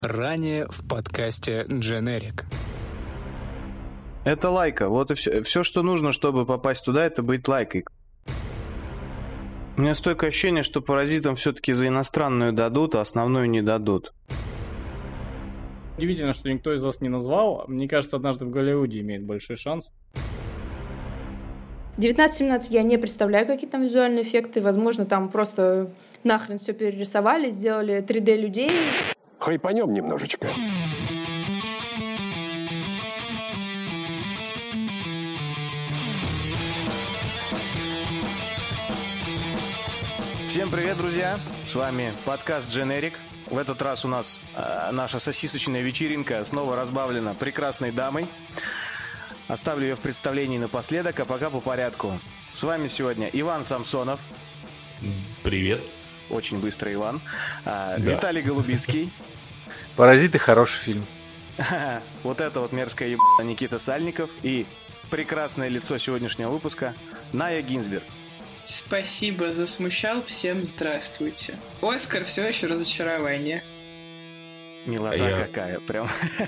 Ранее в подкасте Generic. Это лайка. Вот и все. Все, что нужно, чтобы попасть туда, это быть лайкой. У меня стойкое ощущение, что паразитам все-таки за иностранную дадут, а основную не дадут. Удивительно, что никто из вас не назвал. Мне кажется, «Однажды в Голливуде» имеет большой шанс. 19-17 я не представляю, какие там визуальные эффекты. Возможно, там просто нахрен все перерисовали, сделали 3D людей. Хайпанем немножечко. Всем привет, друзья! С вами подкаст Generic. В этот раз у нас наша сосисочная вечеринка снова разбавлена прекрасной дамой. Оставлю ее в представлении напоследок, а пока по порядку. С вами сегодня Иван Самсонов. Привет. Очень быстро, Иван. Виталий Голубицкий. «Паразиты» — хороший фильм. Вот это вот мерзкая ебана Никита Сальников. И прекрасное лицо сегодняшнего выпуска Ная Гинзберг. Спасибо, засмущал. Всем здравствуйте. Оскар все еще разочарование. Милота какая, прям.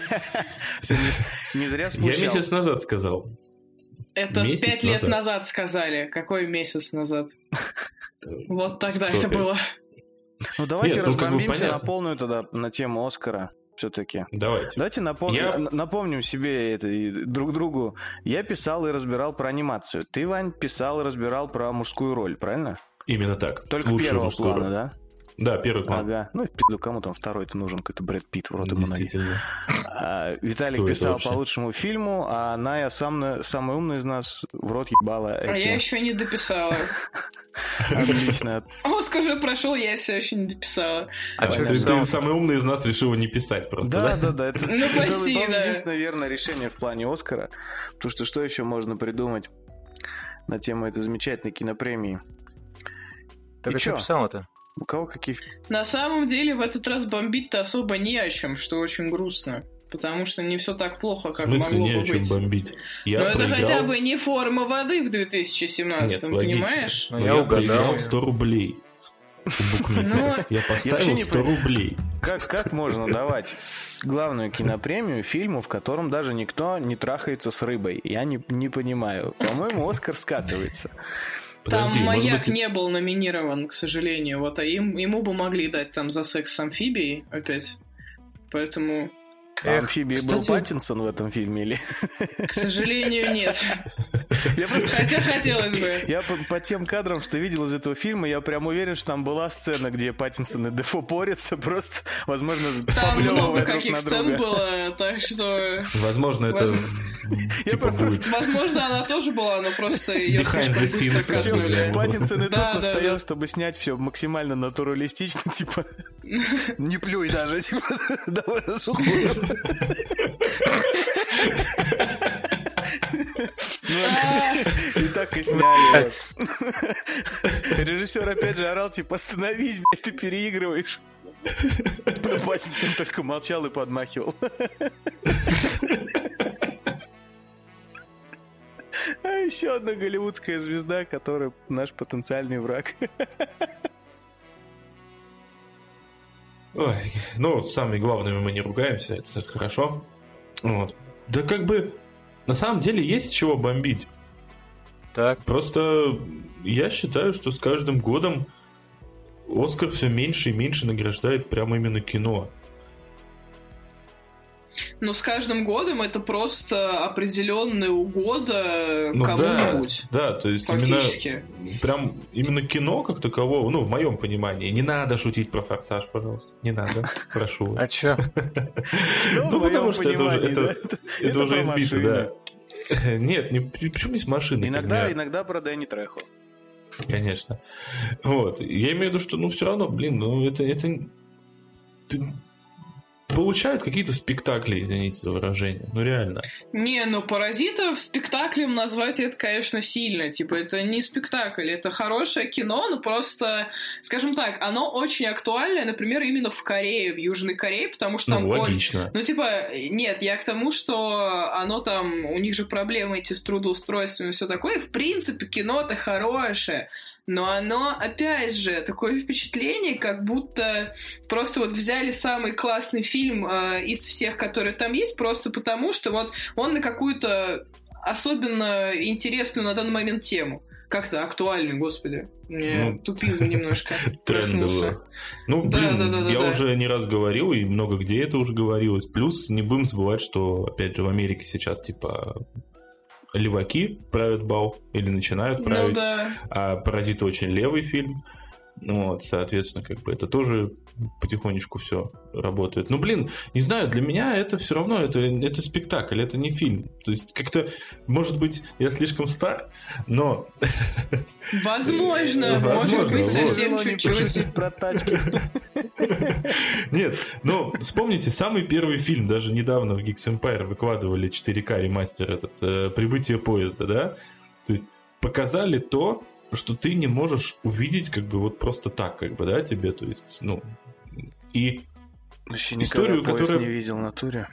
Не зря смущал. Я месяц назад сказал. Это 5 лет назад сказали. Какой месяц назад? Вот тогда это было. Ну давайте разбомбимся на полную тогда на тему Оскара. Все-таки. Давайте напомним себе это и друг другу. Я писал и разбирал про анимацию. Ты, Вань, писал и разбирал про мужскую роль, правильно? Именно так. Только лучшую первого мужскую плана, роль. да? Да, первый план. Ага. Ну, в пизду, кому там второй-то нужен, какой-то Брэд Питт, в рот ему ноги. Виталик писал по лучшему фильму, а Ная, самый умный из нас, в рот ебала эти... А я еще не дописала. Отлично. Оскар уже прошел, я все еще не дописала. А что, ты самый умный из нас решила не писать просто, да? Да. Это единственное верное решение в плане Оскара. Потому что еще можно придумать на тему этой замечательной кинопремии? Так что писал-то? У кого какие... На самом деле в этот раз бомбить-то особо не о чем, что очень грустно. Потому что не все так плохо, как могло бы быть. В смысле не о чем бомбить? Но это хотя бы не форма воды в 2017-м, понимаешь? Я проиграл 100 рублей. Я поставил 100 рублей. Как можно давать главную кинопремию фильму, в котором даже никто не трахается с рыбой? Я не понимаю. По-моему, Оскар скатывается. Там «Маяк» не был номинирован, к сожалению. Вот, а ему бы могли дать там за секс с амфибией опять. Поэтому... А амфибией был Паттинсон в этом фильме или... К сожалению, нет. Хотя хотелось бы. Я по тем кадрам, что видел из этого фильма, я прям уверен, что там была сцена, где Паттинсон и Дефо борются, просто, возможно, поблевывая друг на друга. Там много каких сцен было, так что... Возможно, это... Возможно, она тоже была, но просто ее слишком быстро катнули. Паттинсон и тут настоял, чтобы снять все максимально натуралистично, типа, не плюй даже, типа, довольно сухую. И так и сняли. Режиссер опять же орал, типа, остановись, блядь, ты переигрываешь. Но Паттинсон только молчал и подмахивал. А еще одна голливудская звезда, которая наш потенциальный враг. Ой, самое главное, мы не ругаемся, это хорошо. Вот. Да как бы, на самом деле, есть чего бомбить. Так. Просто я считаю, что с каждым годом Оскар все меньше и меньше награждает прямо именно кино. Но с каждым годом это просто определенная угода кому-нибудь. Да, то есть именно кино как такового, в моем понимании. Не надо шутить про «Форсаж», пожалуйста. Не надо, прошу вас. А чё? Потому что это уже избито, да. Нет, почему без машины? Иногда про Дэнни Трехо. Конечно. Вот. Я имею в виду, что, все равно, это... Получают какие-то спектакли, извините за выражение. Реально. Не, «Паразитов» спектаклем назвать это, конечно, сильно. Типа, это не спектакль, это хорошее кино, но просто, скажем так, оно очень актуальное, например, именно в Корее, в Южной Корее, потому что там... логично. Нет, я к тому, что оно там, у них же проблемы эти с трудоустройством и все такое. В принципе, кино-то хорошее. но оно, опять же, такое впечатление, как будто просто вот взяли самый классный фильм из всех, которые там есть, просто потому, что вот он на какую-то особенно интересную на данный момент тему. Как-то актуальный, господи. Мне тупизм немножко проснулся. Я уже не раз говорил, и много где это уже говорилось. Плюс не будем забывать, что, опять же, в Америке сейчас, типа, леваки правят бал, или начинают править, а «Паразиты» очень левый фильм. Вот, соответственно, как бы это тоже потихонечку все работает. Ну, блин, не знаю, для меня это все равно, это спектакль, это не фильм. То есть, как-то, может быть, я слишком стар, но... Возможно, может быть, совсем чуть-чуть. Про тачки. Нет, но вспомните, самый первый фильм, даже недавно в Geeks Empire выкладывали 4К ремастер этот, «Прибытие поезда», да? То есть, показали то, что ты не можешь увидеть как бы вот просто так, как бы, да, тебе, то есть, ну, и вообще историю, которую... не видел в натуре.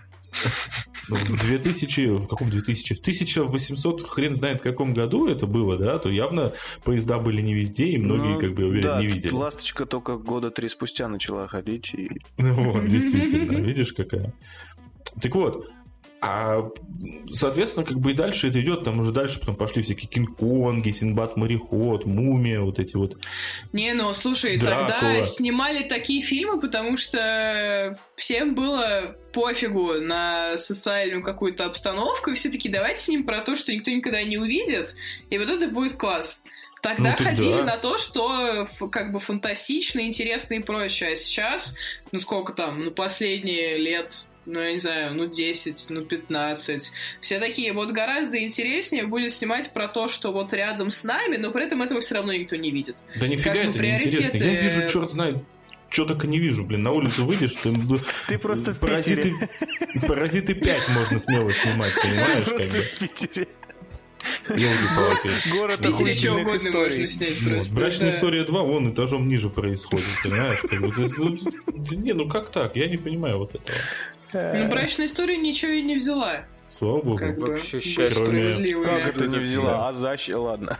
В каком 2000? В 1800 хрен знает в каком году это было, да, то явно поезда были не везде, и многие, как бы, уверен, не видели. «Ласточка» только года 3 спустя начала ходить. И... Вот, действительно, видишь, какая. Так вот, а, соответственно, как бы и дальше это идет, там уже дальше потом пошли всякие Кинг-Конги, Синдбад-мореход, Мумия, вот эти вот. Не, ну, слушай, Дракула. Тогда снимали такие фильмы, потому что всем было пофигу на социальную какую-то обстановку, и все таки давайте снимем про то, что никто никогда не увидит, и вот это будет класс. Тогда ходили на то, что как бы фантастично, интересно и прочее, а сейчас, ну, сколько там, ну, последние лет... Ну, я не знаю, 10, 15. Все такие, вот гораздо интереснее будет снимать про то, что вот рядом с нами, но при этом этого все равно никто не видит. Да нифига это не интересно. Я вижу, черт знает, что только не вижу, блин, на улицу выйдешь, ты просто в Питере. «Паразиты 5» можно смело снимать, понимаешь? Ты просто в Питере. Город охуительных историй. «Брачная история 2», вон этажом ниже происходит, понимаешь? Не, ну как так? Я не понимаю вот этого. Ну, «Брачная история» ничего и не взяла. Слава богу. Как вообще счастье. Как это не взяла? А заща, ладно.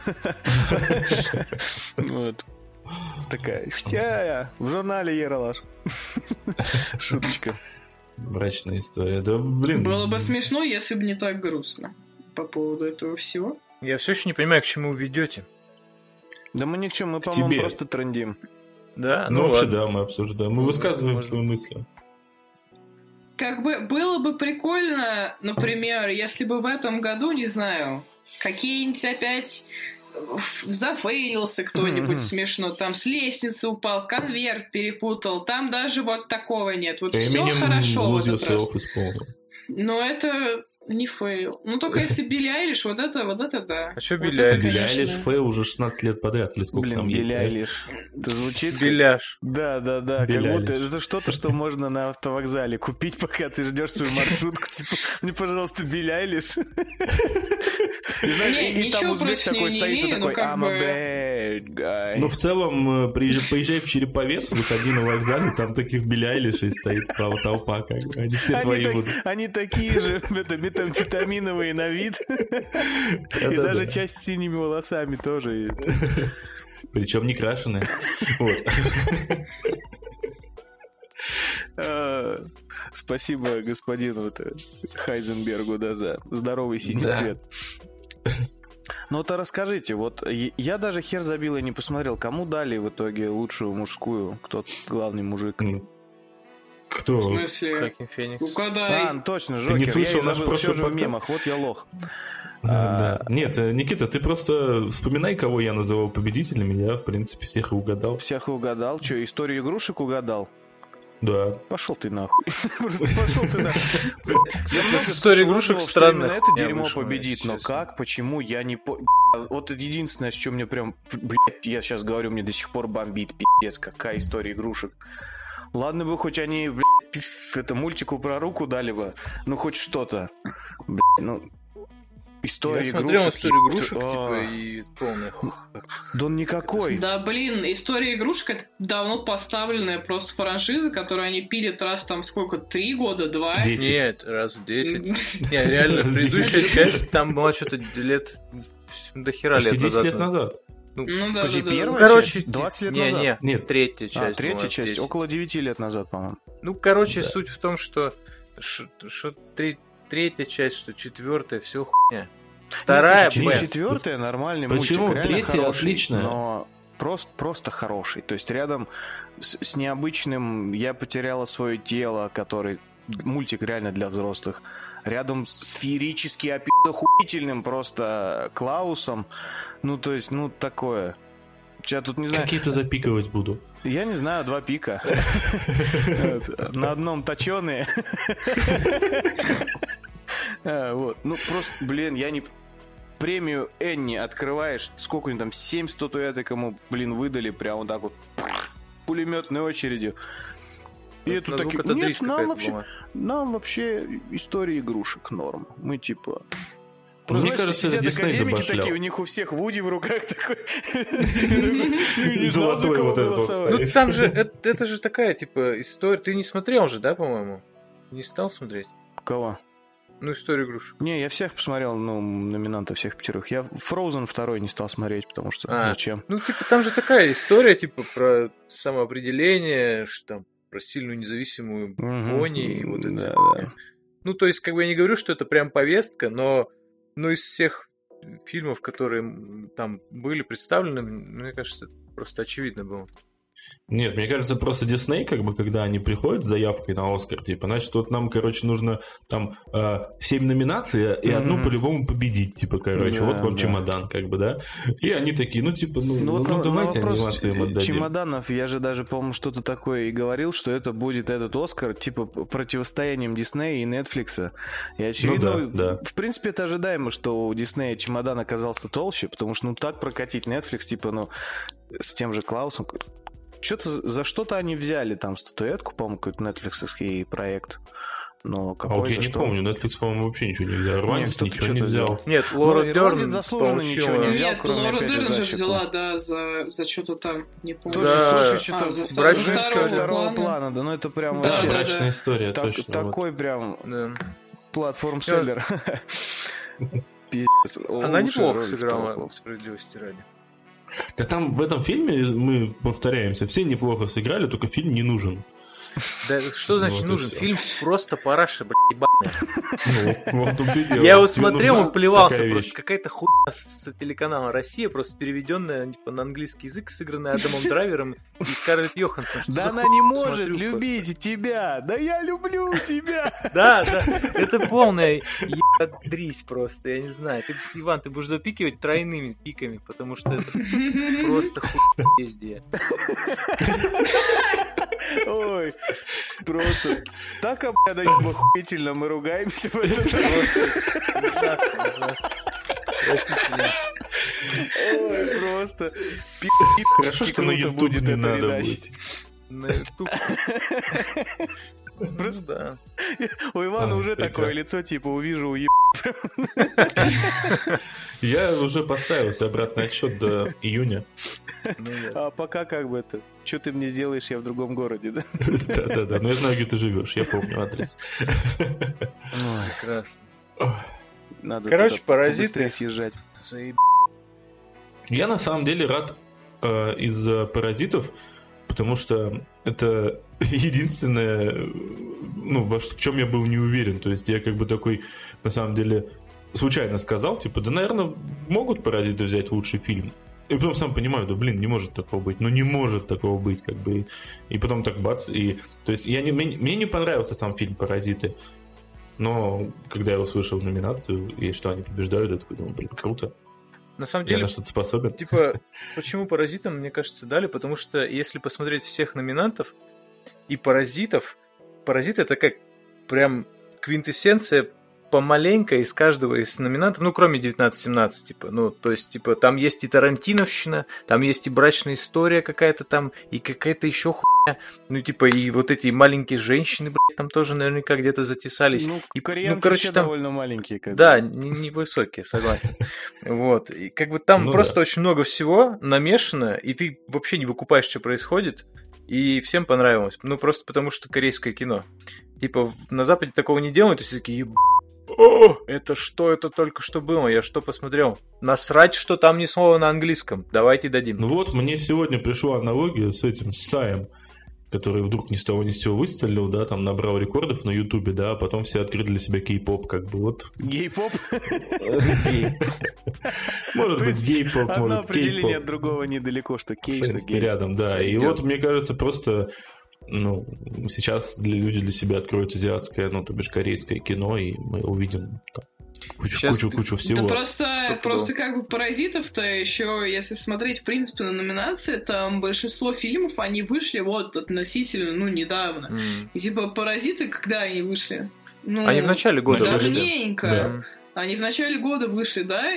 Вот. Такая, в журнале «Ералаш». Шуточка. «Брачная история». Да, блин. Было бы смешно, если бы не так грустно по поводу этого всего. Я все еще не понимаю, к чему вы ведете. Да мы ни к чему, мы, по-моему, просто трендим. Да? Ну вообще, да, мы обсуждаем. Мы высказываем свои мысли. Как бы было бы прикольно, например, если бы в этом году, не знаю, какие-нибудь опять зафейлился кто-нибудь смешно, там с лестницы упал, конверт перепутал, там даже вот такого нет. Вот все хорошо в этот раз. Но это не фейл. Ну, только если Билли Айлиш, вот это да. А что вот Билли Айлиш? Билли Айлиш фейл уже 16 лет подряд. Или сколько там Билли Айлиш. Это звучит... Беляш. Да. Как будто это что-то, что можно на автовокзале купить, пока ты ждешь свою маршрутку. Типа, мне, пожалуйста, Билли Айлиш. И там узбек такой стоит и такой, I'm a bad guy. Ну, в целом, поезжай в Череповец, выходи на вокзале, там таких Билли Айлишей стоит толпа, как бы. Они все твои будут. Они такие же метамфетаминовые на вид. И даже часть с синими волосами тоже. Причем не крашеные. Спасибо господину Хайзенбергу, за здоровый синий цвет. Ну вот расскажите, вот я даже хер забил и не посмотрел, кому дали в итоге лучшую мужскую, кто главный мужик? Кто? В смысле? Хакин Феникс. Угадай. Точно, Жокер. Ты не слышал я наш забыл, прошлый все же в подкаст? мемах, вот я лох. Да. Нет, Никита, ты просто вспоминай, кого я называл победителями, я, в принципе, всех и угадал. Всех и угадал? Что, историю игрушек угадал? Да. Пошел ты нахуй. Просто пошел ты нахуй. Я много история игрушек странных. Именно это дерьмо победит, но как, почему, я не... Вот это единственное, с чем мне прям... Блядь, я сейчас говорю, мне до сих пор бомбит, пиздец, какая история игрушек. Ладно бы, хоть они, блядь, это мультику про руку дали бы, ну хоть что-то. Блядь, ну... История игрушек. Я смотрел историю игрушек, типа, и полная Да он никакой. Да, блин, история игрушек — это давно поставленная просто франшиза, которую они пилят раз там сколько, 3 года, 2? 10. Нет, раз в 10. Не, реально, предыдущая часть, там была что-то лет до хера почти лет 10 назад. лет назад. Ну да, Подожди, да, первая короче, часть? 20 лет назад? Нет, третья часть. Третья часть, 10. около 9 лет назад, по-моему. Ну, короче, суть в том, что третья часть, что четвертая, все хуйня. Вторая, четвертая нормальный Почему? мультик, реально Третья хороший, отличная. но просто хороший. То есть рядом с необычным «Я потеряла свое тело», который мультик реально для взрослых, рядом с феерически охуительным просто Клаусом, ну то есть, ну такое. Я тут не знаю. Какие-то запиковать буду. Я не знаю, 2 пика. На одном точеные. Вот. Ну, просто, блин, я не... Премию Энни открываешь, сколько у них там, 7 статуэток ему, блин, выдали прям вот так вот пулеметной очередью. И это такие, нет, нам вообще история игрушек норм. Мы типа... Мне кажется, сидят Дисней академики забашлял. такие, у них у всех Вуди в руках такой. Золотой вот этот вот. Ну там же, это же такая, типа, история. Ты не смотрел же, да, по-моему? Не стал смотреть? Кого? Ну, историю игрушек. Не, я всех посмотрел, ну, номинантов всех 5. Я Frozen 2 не стал смотреть, потому что зачем? Ну, типа, там же такая история, типа, про самоопределение, что там, про сильную независимую пони и вот это. Да. Ну, то есть, как бы я не говорю, что это прям повестка, но из всех фильмов, которые там были представлены, мне кажется, просто очевидно было. Нет, мне кажется, просто Дисней, как бы, когда они приходят с заявкой на Оскар, типа, значит, вот нам, короче, нужно там 7 номинаций и одну по-любому победить, типа, короче, да, вот вам да. чемодан, как бы, да? И они такие, ну, типа, давайте анимацию им отдадим. Чемоданов, я же даже, по-моему, что-то такое и говорил, что это будет этот Оскар, типа, противостоянием Диснея и Нетфликса. И очевидно, да. в принципе, это ожидаемо, что у Диснея чемодан оказался толще, потому что, ну, так прокатить Netflix, типа, ну, с тем же Клаусом... Что-то за что-то они взяли там статуэтку, по-моему, какой-то нетфликсовский проект. Но какой, вот я не помню, Netflix, по-моему, вообще ничего не взял. Ирландец ничего не взял. Нет, Лора Дерн заслуженно ничего не взял, кроме, Лора опять же, Дерн же защиту. взяла, да, за что-то там, не помню. Слушай, что-то за женского второго плана, да, ну это прям вообще... Брачная история, точно. Такой прям платформ-селлер. Пиздец. Она неплохо сыграла в «Справедливости ради». Да там в этом фильме, мы повторяемся, все неплохо сыграли, только фильм не нужен. Да что значит вот нужен? Фильм просто параша, ебаная. Я его смотрел и плевался просто. Какая-то хуйня с телеканала «Россия», просто переведенная типа, на английский язык, сыгранная Адамом Драйвером и Скарлетт Йоханссон. Да она не может любить тебя! Да я люблю тебя! Да, это полная ебадрись просто, я не знаю. Иван, ты будешь запикивать тройными пиками, потому что это просто хуйня везде. Ой, просто так охуительно мы ругаемся в этот раз. Ой, просто хорошо, что на YouTube будет не это надо редачить. На YouTube. Просто да. У Ивана уже такое лицо, типа, увижу Я уже поставился обратный отсчет до июня. А пока как бы это... Что ты мне сделаешь, я в другом городе, да? Да, но я знаю, где ты живешь, я помню адрес. Прекрасно. Надо короче, «Паразиты» съезжать. Я на самом деле рад из-за «Паразитов», потому что это единственное, ну, в чем я был не уверен. То есть я как бы такой, на самом деле, случайно сказал, типа, да, наверное, могут «Паразиты» взять лучший фильм. И потом сам понимаю, да, блин, не может такого быть. Ну, не может такого быть, как бы. И потом так бац. И, то есть мне не понравился сам фильм «Паразиты». Но когда я услышал номинацию, и что они побеждают, я такой думаю, блин, круто. На самом деле, я на что-то способен. Типа, почему «Паразитам», мне кажется, дали? Потому что если посмотреть всех номинантов и «Паразитов», «Паразиты» — это как прям квинтэссенция помаленько из каждого из номинантов, ну, кроме 19-17, типа, ну, то есть, типа, там есть и тарантиновщина, там есть и брачная история какая-то там, и какая-то еще хуйня, ну, типа, и вот эти маленькие женщины, блядь, там тоже наверняка где-то затесались. Ну, и, кореянки короче, все там... довольно маленькие. Да, невысокие, согласен. Вот, и как бы там просто очень много всего намешано, и ты вообще не выкупаешь, что происходит, и всем понравилось, ну, просто потому что корейское кино. Типа, на Западе такого не делают, и все такие, О, это что это только что было? Я что посмотрел? Насрать, что там ни слова на английском. Давайте дадим. Ну вот, мне сегодня пришла аналогия с этим, с Саем, который вдруг ни с того ни с сего выстрелил, да, там набрал рекордов на Ютубе, да, а потом все открыли для себя кей-поп, как бы вот. Гей-поп? Может быть, гей-поп, одно может, определение кей-поп. от другого недалеко, что кей, В что принципе, гей. рядом, да. И вот, мне кажется, просто, ну, сейчас люди для себя откроют азиатское, ну, то бишь корейское кино, и мы увидим там кучу всего. Да просто как бы «Паразитов»-то еще, если смотреть, в принципе, на номинации, там большинство фильмов, они вышли вот относительно, ну, недавно. И типа «Паразиты», когда они вышли? Ну, они в начале года вышли. давненько. Да. Они в начале года вышли, да,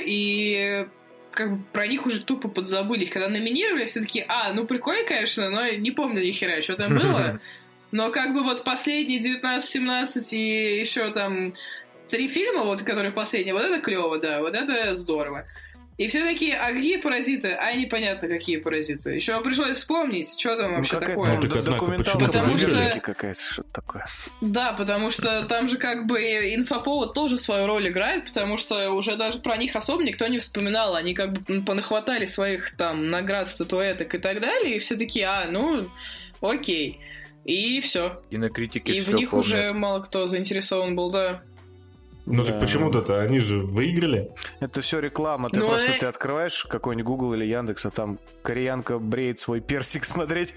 и как бы про них уже тупо подзабыли. Когда номинировали, все такие, ну прикольно, конечно, но не помню ни хера, что там было. Но как бы вот последние 19-17 и еще там 3 фильма, вот, которые последние, вот это клево, да, вот это здорово. И все такие, а какие «Паразиты»? Непонятно, какие «Паразиты». Еще пришлось вспомнить, что там вообще такое. Документалка про потому что персики какая-то, что-то такое. Да, потому что там же как бы инфоповод тоже свою роль играет, потому что уже даже про них особо никто не вспоминал. Они как бы понахватали своих там наград, статуэток и так далее, и все такие, ну, окей. И все. Кинокритики и все в них помнят. уже мало кто заинтересован был, да. Ну так почему-то они же выиграли. Это все реклама. Ты ты открываешь какой-нибудь Google или Яндекс, а там кореянка бреет свой персик смотреть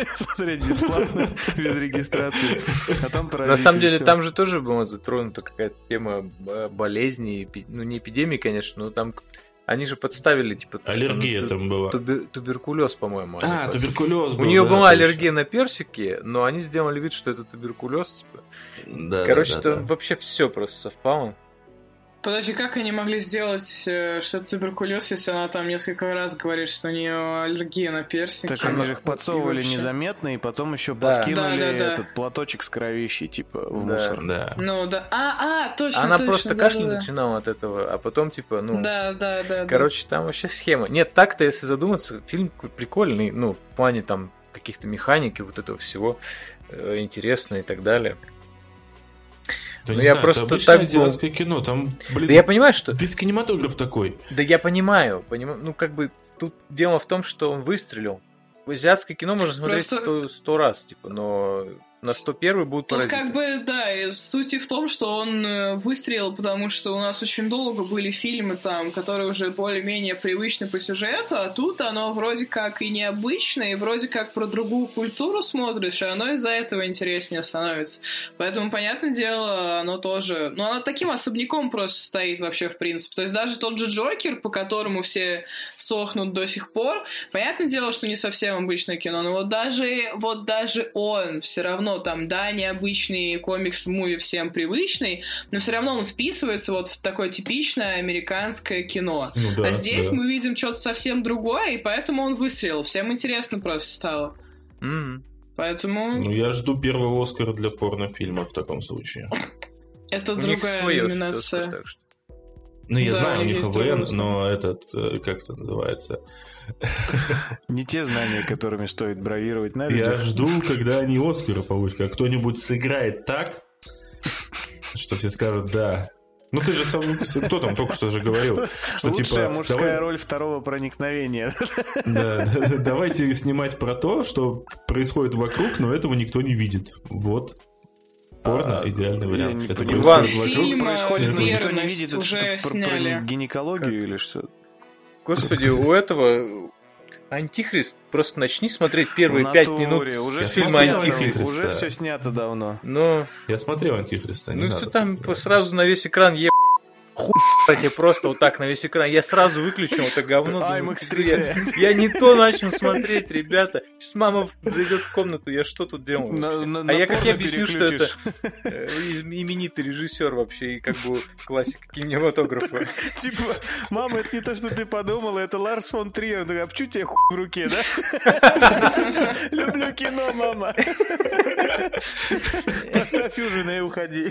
бесплатно, без регистрации. А там «Паразиты». На самом деле там же тоже была затронута какая-то тема болезней, ну не эпидемии, конечно, но там они же подставили, типа... Аллергия там была. Туберкулез, по-моему. Туберкулез был. У нее была аллергия на персики, но они сделали вид, что это туберкулез, типа. Да, короче, там вообще все просто совпало. Подожди, как они могли сделать, что это туберкулез, если она там несколько раз говорит, что у нее аллергия на персики? Так они же их подсовывали незаметно, и потом еще подкинули этот платочек с кровищей, типа, в мусор. Да. Ну да. Точно. Она просто кашлять начинала от этого, а потом, типа, ну... Да. Короче, там вообще схема. Нет, так-то, если задуматься, фильм прикольный, ну, в плане там каких-то механики, вот этого всего интересно и так далее. Да ну, я я знаю, просто это так азиатское кино, там, блин, да я понимаю, что... Весь кинематограф такой. Да я понимаю, ну как бы тут дело в том, что он выстрелил. В азиатское кино можно смотреть 100 раз, типа, но на 101 будут тут «Паразиты». Как бы, да, и суть в том, что он выстрелил, потому что у нас очень долго были фильмы там, которые уже более-менее привычны по сюжету, а тут оно вроде как и необычное, и вроде как про другую культуру смотришь, и оно из-за этого интереснее становится. Поэтому, понятное дело, оно тоже... Ну, оно таким особняком просто стоит вообще, в принципе. То есть даже тот же «Джокер», по которому все сохнут до сих пор, понятное дело, что не совсем обычное кино, но вот даже он все равно там, да, необычный комикс-муви всем привычный, но все равно он вписывается вот в такое типичное американское кино. Ну, да, а здесь мы видим что-то совсем другое, и поэтому он выстрелил. Всем интересно просто стало. Поэтому... Ну, я жду первого «Оскара» для порнофильма в таком случае. Это другая номинация. Так что... Ну, я знаю, у них АВН, но этот, как это называется... Не те знания, которыми стоит бравировать на Я жду, когда они «Оскара» получат, как кто-нибудь сыграет так, что все скажут «да». Ну ты же сам, кто там только что же говорил, что лучшая типа мужская роль второго проникновения. Да, давайте снимать про то, что происходит вокруг, но этого никто не видит. Вот. Порно идеальный вариант. Это происходит, но никто не видит. Это что, про гинекологию или что? Господи, у этого «Антихрист», просто начни смотреть первые 5 минут фильма «Антихрист». Уже все снято давно. Но... Я смотрел «Антихриста». Ну, если там сразу на весь экран хуй просто вот так на весь экран. Я сразу выключил это говно. IMAX 3D. Я не то начал смотреть, ребята. Сейчас мама зайдет в комнату, я что тут делаю? А я как я объясню, что это именитый режиссер вообще и как бы классик кинематографа. Типа, мама, это не то, что ты подумала, это Ларс фон Триер. А почему тебе хуй в руке, да? Люблю кино, мама. Поставь ужин и уходи.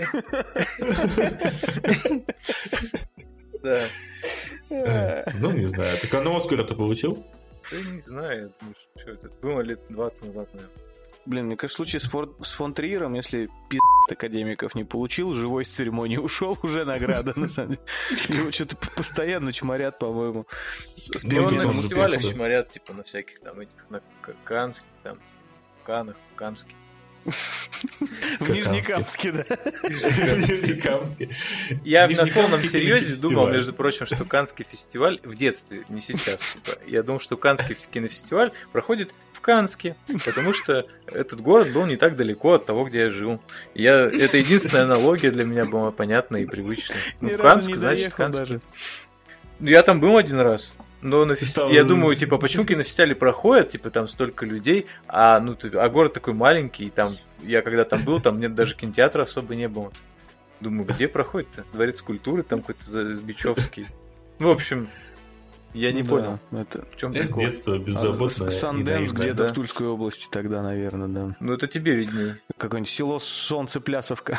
Да. Ну, не знаю. Так а на «Оскар» ты получил? Да не знаю. Что это? Было лет 20 назад, наверное. мне кажется, в случае с фон Триером, если академиков не получил, живой с церемонии ушел, уже награда, на самом деле. Его что-то постоянно чморят, по-моему. Его на фестивалях чморят, типа, на всяких там этих, на Канских, там, Канах, Камских. В Нижнекамске, да. В Нижнекамске. Я на полном серьезе думал, между прочим, что Каннский фестиваль в детстве, не сейчас. Типа, я думал, что Каннский кинофестиваль проходит в Канске, потому что этот город был не так далеко от того, где я жил. Это единственная аналогия для меня была понятная и привычная. Ну, Канск, значит, Канск. Я там был один раз. Но я думаю, типа, почему кинофестивали проходят, типа, там столько людей, а город такой маленький, и там, я когда там был, там нет даже кинотеатра особо не было. Думаю, где проходит-то? Дворец культуры, там какой-то Бичевский. В общем, я не понял. Это в чем прикол? Детство беззаботное. Санденс где-то в Тульской области тогда, наверное, да. Ну, это тебе виднее. Какое-нибудь село Солнцеплясовка.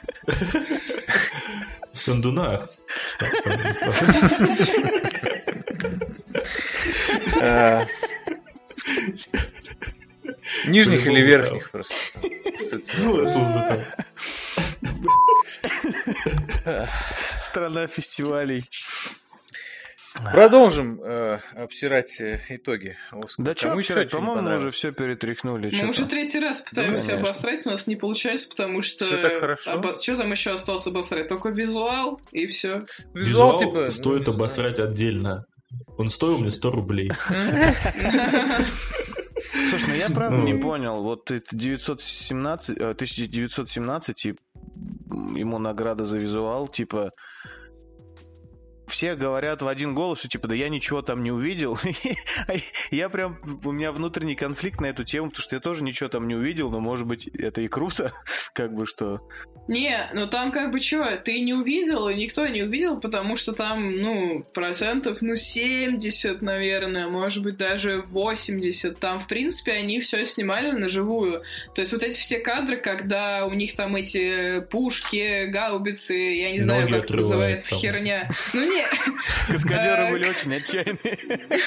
В Сандунах. Нижних или верхних просто? Ну, это уже там. Страна фестивалей. Продолжим обсирать итоги Оскара. Да что обсирать? По-моему, мы уже все перетряхнули. Мы уже третий раз пытаемся обосрать, у нас не получается, потому что... Все так хорошо. Что там еще осталось обосрать? Только визуал, и все. Визуал типа, стоит обосрать отдельно. Он стоил мне 100 рублей. Слушай, я правда не понял. Вот 1917, ему награда за визуал, типа... Все говорят в один голос, что типа, да я ничего там не увидел. Я прям, у меня внутренний конфликт на эту тему, потому что я тоже ничего там не увидел, но может быть это и круто, как бы что. Не, ну там как бы что, ты не увидел, и никто не увидел, потому что там, процентов, 70, наверное, может быть даже 80. Там, в принципе, они все снимали на живую. То есть вот эти все кадры, когда у них там эти пушки, гаубицы, я не знаю, как это называется, херня. Ну не. Каскадеры были очень отчаянные.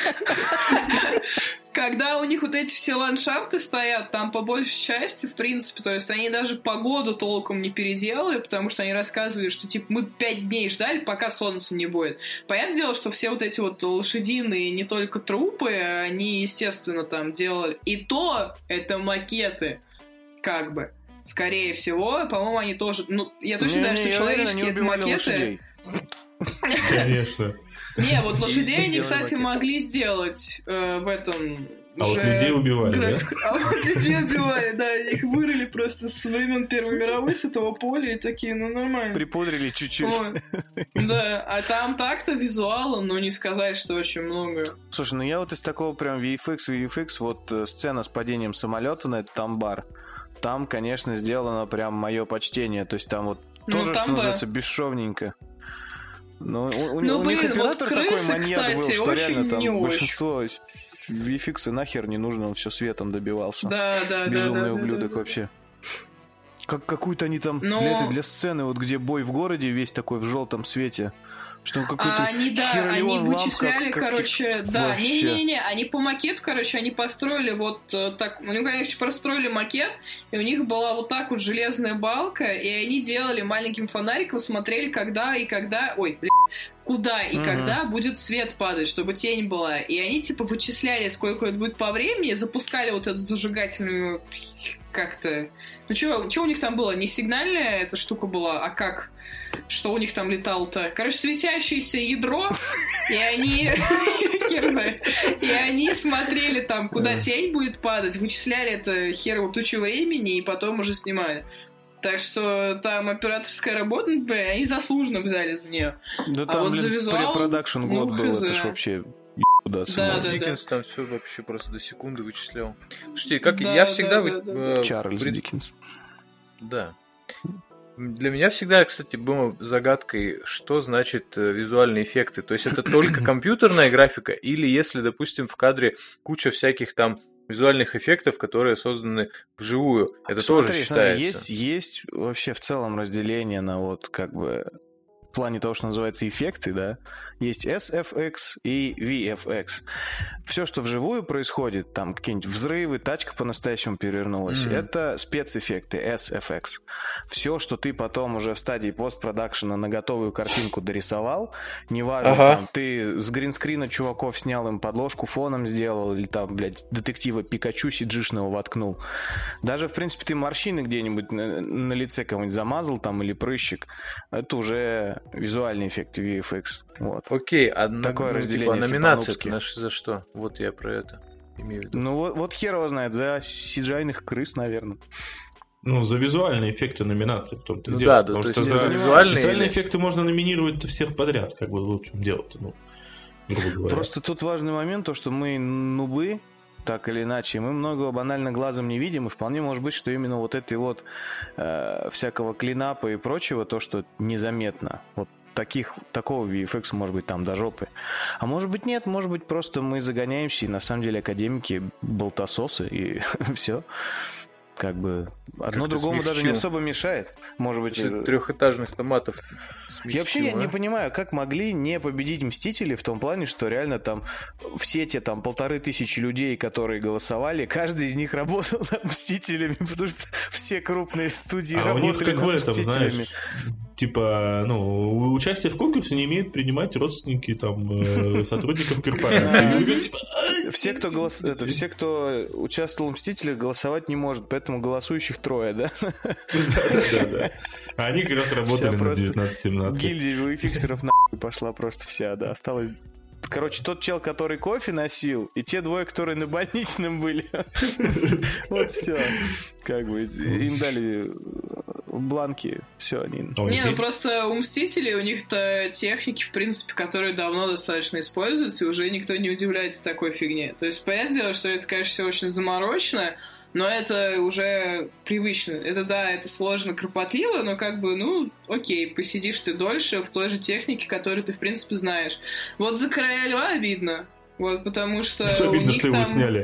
Когда у них вот эти все ландшафты стоят, там по большей части, в принципе, то есть они даже погоду толком не переделали, потому что они рассказывали, что типа мы 5 дней ждали, пока солнца не будет. Понятное дело, что все вот эти вот лошадиные, не только трупы, они, естественно, там делали. И то это макеты, как бы. Скорее всего, по-моему, они тоже... я точно знаю, что человеческие это макеты... Лошадей. Конечно. Не, вот лошадей они, кстати, могли сделать в этом... А вот людей убивали, да? А вот людей убивали, да. Их вырыли просто с времен Первой мировой с этого поля и такие, нормально. Припудрили чуть-чуть. Да, а там так-то визуала, но не сказать, что очень много. Слушай, я вот из такого прям VFX, вот сцена с падением самолета на этот амбар, там, конечно, сделано прям мое почтение. То есть там вот тоже, что называется, бесшовненько. Но у них оператор вот крысы, такой маньяк был, что реально там большинство VFX нахер не нужно, он все светом добивался. Да. Безумный ублюдок вообще. Какую-то они там для сцены, вот где бой в городе весь такой в желтом свете. Что какой-то они вычисляли, короче, да, они по макету, короче, они построили вот так, конечно, построили макет, и у них была вот так вот железная балка, и они делали маленьким фонариком, смотрели, куда и когда будет свет падать, чтобы тень была, и они, типа, вычисляли, сколько это будет по времени, запускали вот эту зажигательную как-то... что у них там было? Не сигнальная эта штука была, а как? Что у них там летало-то? Короче, светящееся ядро, и они... Хер знает. И они смотрели там, куда тень будет падать, вычисляли это херово тучу времени, и потом уже снимали. Так что там операторская работа, они заслуженно взяли за нее. Да там, вот за визуал... препродакшн год был, это ж вообще... Да. Диккенс там все вообще просто до секунды вычислял. Слушайте, я всегда... Чарльз Диккенс. Да. Для меня всегда, кстати, было загадкой, что значит визуальные эффекты. То есть это только компьютерная графика, или если, допустим, в кадре куча всяких там визуальных эффектов, которые созданы вживую. Это тоже считается. Есть вообще в целом разделение на вот как бы в плане того, что называется эффекты, да, есть SFX и VFX. Все, что вживую происходит, там какие-нибудь взрывы, тачка по-настоящему перевернулась, это спецэффекты, SFX. Все, что ты потом уже в стадии постпродакшена на готовую картинку дорисовал, неважно, там, ты с гринскрина чуваков снял, им подложку фоном сделал, или там, блядь, детектива Пикачу CG-шного воткнул. Даже, в принципе, ты морщины где-нибудь на лице кого-нибудь замазал там, или прыщик, это уже визуальный эффект VFX. Вот. Окей, такое разделение номинация наши за что? Вот я про это имею в виду. Ну вот хер его знает, за CGI-ных крыс, наверное. Ну, за визуальные эффекты номинации в том-то и дело. Да, потому то что есть за визуальные специальные эффекты можно номинировать всех подряд, как бы в чем дело-то, ну, грубо говоря. Просто тут важный момент, то, что мы нубы, так или иначе, мы многого банально глазом не видим, и вполне может быть, что именно вот этой вот всякого клинапа и прочего, то, что незаметно, вот такого VFX может быть там до жопы. А может быть нет, может быть просто мы загоняемся, и на самом деле академики болтососы, и все. Как бы одно другому даже не особо мешает. Может быть... Трехэтажных томатов. Я вообще не понимаю, как могли не победить Мстители в том плане, что реально там все те там 1500 людей, которые голосовали, каждый из них работал над Мстителями, потому что все крупные студии работали над Мстителями. Знаешь, типа, ну, участие в конкурсе не имеют принимать родственники там сотрудников корпорации. Все, кто участвовал в Мстителях, голосовать не может, поэтому голосующих 3, да? Да. А они как раз работали на 19-17. Гильдия VFXеров нахуй пошла просто вся, да. Осталось... Короче, тот чел, который кофе носил, и те 2, которые на больничном были. Вот все. Как бы им дали бланки, все, они... Не, ну просто у Мстителей, у них-то техники, в принципе, которые давно достаточно используются, и уже никто не удивляется такой фигне. То есть, понятное дело, что это, конечно, все очень заморочено, но это уже привычно. Это, да, это сложно, кропотливо, но как бы, ну, окей, посидишь ты дольше в той же технике, которую ты, в принципе, знаешь. Вот за «Короля льва» обидно. Вот, потому что у них что там... его сняли.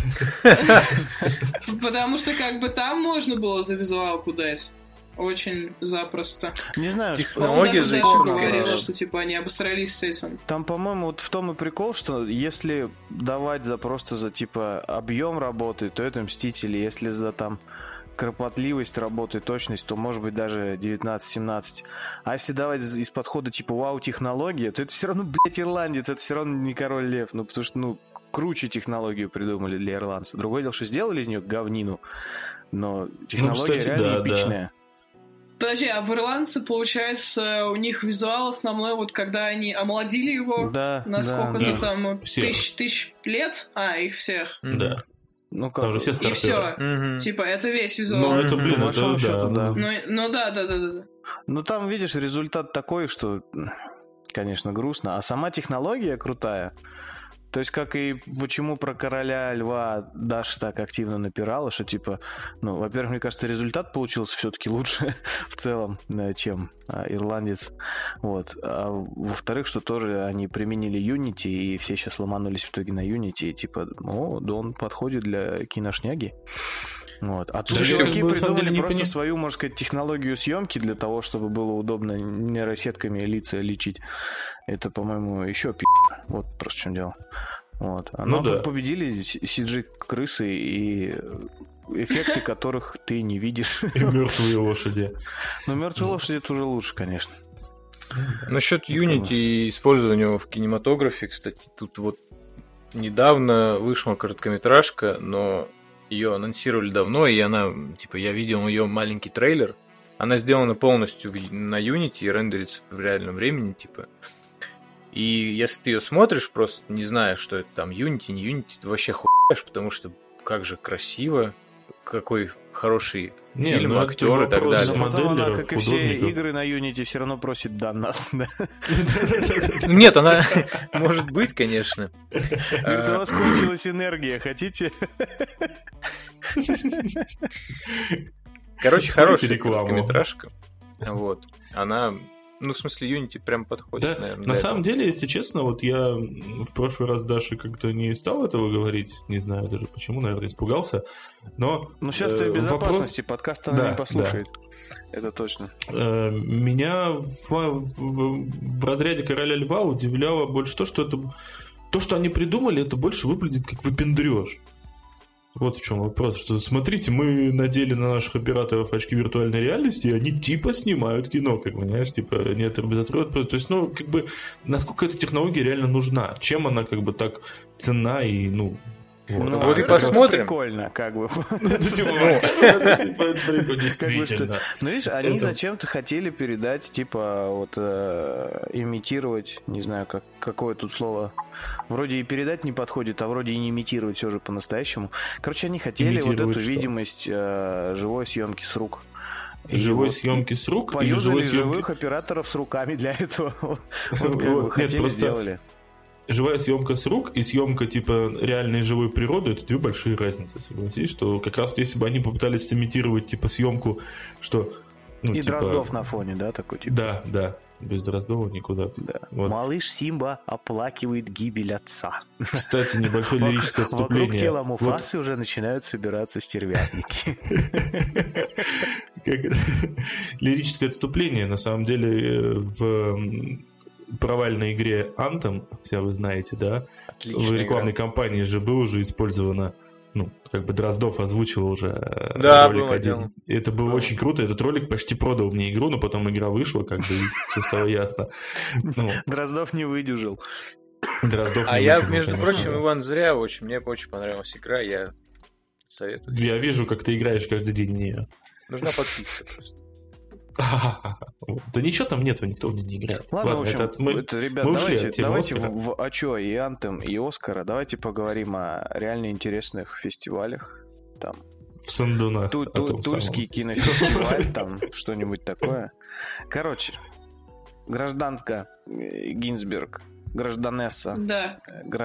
Потому что, как бы, там можно было за визуалку дать. Очень запросто. Не знаю, технология же говорила, что типа они обосрались с этим. Там, по-моему, вот в том и прикол, что если давать просто за типа объем работы, то это Мстители. Если за там кропотливость работы, точность, то может быть даже 19-17. А если давать из подхода типа вау-технология, то это все равно, блядь, ирландец, это все равно не Король Лев. Ну, потому что, ну, круче технологию придумали для ирландца. Другое дело, что сделали из нее говнину, но технология реально эпичная. Подожди, а в «Ирландце», получается, у них визуал основной, вот когда они омолодили его на сколько-то там тысяч лет? А, их всех. Да. Ну, как? Все и все. Типа, это весь визуал. Ну, это, блин, это счету, да. Ну, да. Ну, там, видишь, результат такой, что, конечно, грустно. А сама технология крутая. То есть, как и почему про «Короля льва» Даша так активно напирала, что, типа, ну, во-первых, мне кажется, результат получился все-таки лучше в целом, чем «Ирландец». Вот. А во-вторых, что тоже они применили Unity, и все сейчас ломанулись в итоге на Unity, и, типа, да он подходит для киношняги. Вот. А тут чуваки придумали просто свою, можно сказать, технологию съемки для того, чтобы было удобно нейросетками лица лечить. Это, по-моему, еще Вот просто в чем дело. Вот. Но тут победили CG-крысы и эффекты, которых ты не видишь. И мертвые лошади. Но мертвые лошади это уже лучше, конечно. Насчет Unity и использования его в кинематографе, кстати, тут вот недавно вышла короткометражка, но ее анонсировали давно, и она, типа, я видел ее маленький трейлер. Она сделана полностью на Unity и рендерится в реальном времени, типа. И если ты ее смотришь, просто не зная, что это там Unity, не Unity, ты вообще хуяешь, потому что как же красиво, какой хороший фильм, актер и так далее. Но потом она, как и все игры на Unity, все равно просит донат. Нет, она может быть, конечно. Говорит, у вас кончилась энергия, хотите? Короче, хорошая короткометражка. Вот. Она Ну, в смысле, Unity прям подходит, Да, наверное. на самом деле, если честно, вот я в прошлый раз Даше как-то не стал этого говорить, не знаю даже почему, наверное, испугался, но... Ну, сейчас ты в безопасности, подкаст она не послушает. Да. Это точно. Меня в разряде Короля Льва удивляло больше то, что они придумали, это больше выглядит как выпендрёж. Вот в чем вопрос, что смотрите, мы надели на наших операторов очки виртуальной реальности, и они типа снимают кино, как понимаешь, типа нет безотрывного. То есть, ну, как бы, насколько эта технология реально нужна, чем она как бы так ценна и, ну... Вот и посмотрим. Прикольно, как бы. Действительно. Ну, видишь, они зачем-то хотели передать, типа, вот, имитировать, не знаю, какое тут слово. Вроде и передать не подходит, а вроде и не имитировать все же по-настоящему. Короче, они хотели вот эту видимость живой съемки с рук. Живой съемки с рук? Поюзали живых операторов с руками для этого. Вот как бы хотели, сделали. Живая съемка с рук и съемка типа реальной живой природы — это две большие разницы, согласись, что как раз если бы они попытались сымитировать типа съемку, что... Ну, и типа... Дроздов на фоне, да, такой типа? Да, без Дроздова никуда. Да. Вот. Малыш Симба оплакивает гибель отца. Кстати, небольшое лирическое отступление. Вокруг тела Муфасы уже начинают собираться стервятники. Лирическое отступление, на самом деле, в провальной игре Anthem, все вы знаете, да? В рекламной кампании же было уже использовано, ну, как бы Дроздов озвучивал уже ролик один. И это было очень круто. Этот ролик почти продал мне игру, но потом игра вышла, как бы, и все стало ясно. Дроздов не выдержал. Я, между прочим, Иван, зря очень. Мне очень понравилась игра, я советую. Я вижу, как ты играешь каждый день в нее. Нужна подписка просто. Да ничего там нету, никто в нее не играет. Ладно, в общем, ребят, давайте в Ачо и Anthem и Оскара давайте поговорим о реально интересных фестивалях. Там в Сандунах. Тульский кинофестиваль, там что-нибудь такое. Короче, гражданка Гинзбург, гражданесса, да.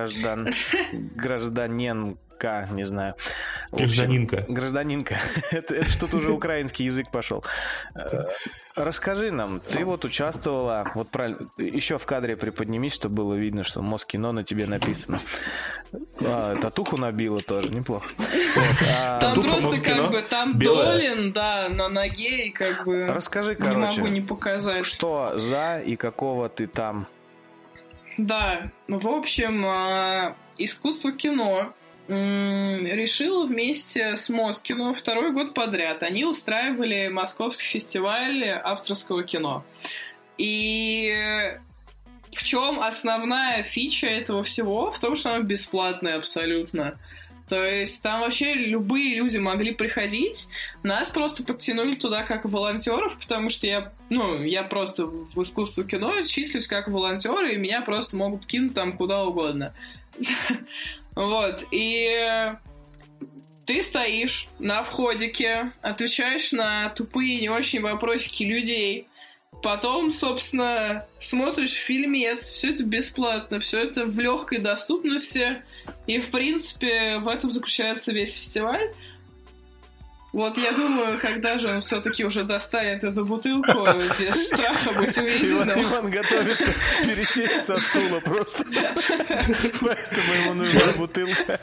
Гражданенка, не знаю. Гражданинка. Это что-то уже украинский язык пошел. Расскажи нам, ты вот участвовала, вот правильно, еще в кадре приподнимись, чтобы было видно, что Москино на тебе написано. Татуху набила тоже, неплохо. Там просто как бы, там Долин, да, на ноге, и как бы расскажи, не могу не показать. Что за и какого ты там? Да, в общем, искусство кино решила вместе с Москино второй год подряд. Они устраивали московский фестиваль авторского кино. И в чем основная фича этого всего? В том, что оно бесплатное абсолютно. То есть там вообще любые люди могли приходить. Нас просто подтянули туда как волонтеров, потому что я просто в искусство кино числюсь как волонтер, и меня просто могут кинуть там куда угодно. Вот, и ты стоишь на входике, отвечаешь на тупые, не очень вопросики людей, потом, собственно, смотришь фильмец, все это бесплатно, все это в легкой доступности, и, в принципе, в этом заключается весь фестиваль. Вот я думаю, когда же он все-таки уже достанет эту бутылку без страха быть увиденным. Иван готовится пересесть со стула просто. Поэтому ему нужна бутылка.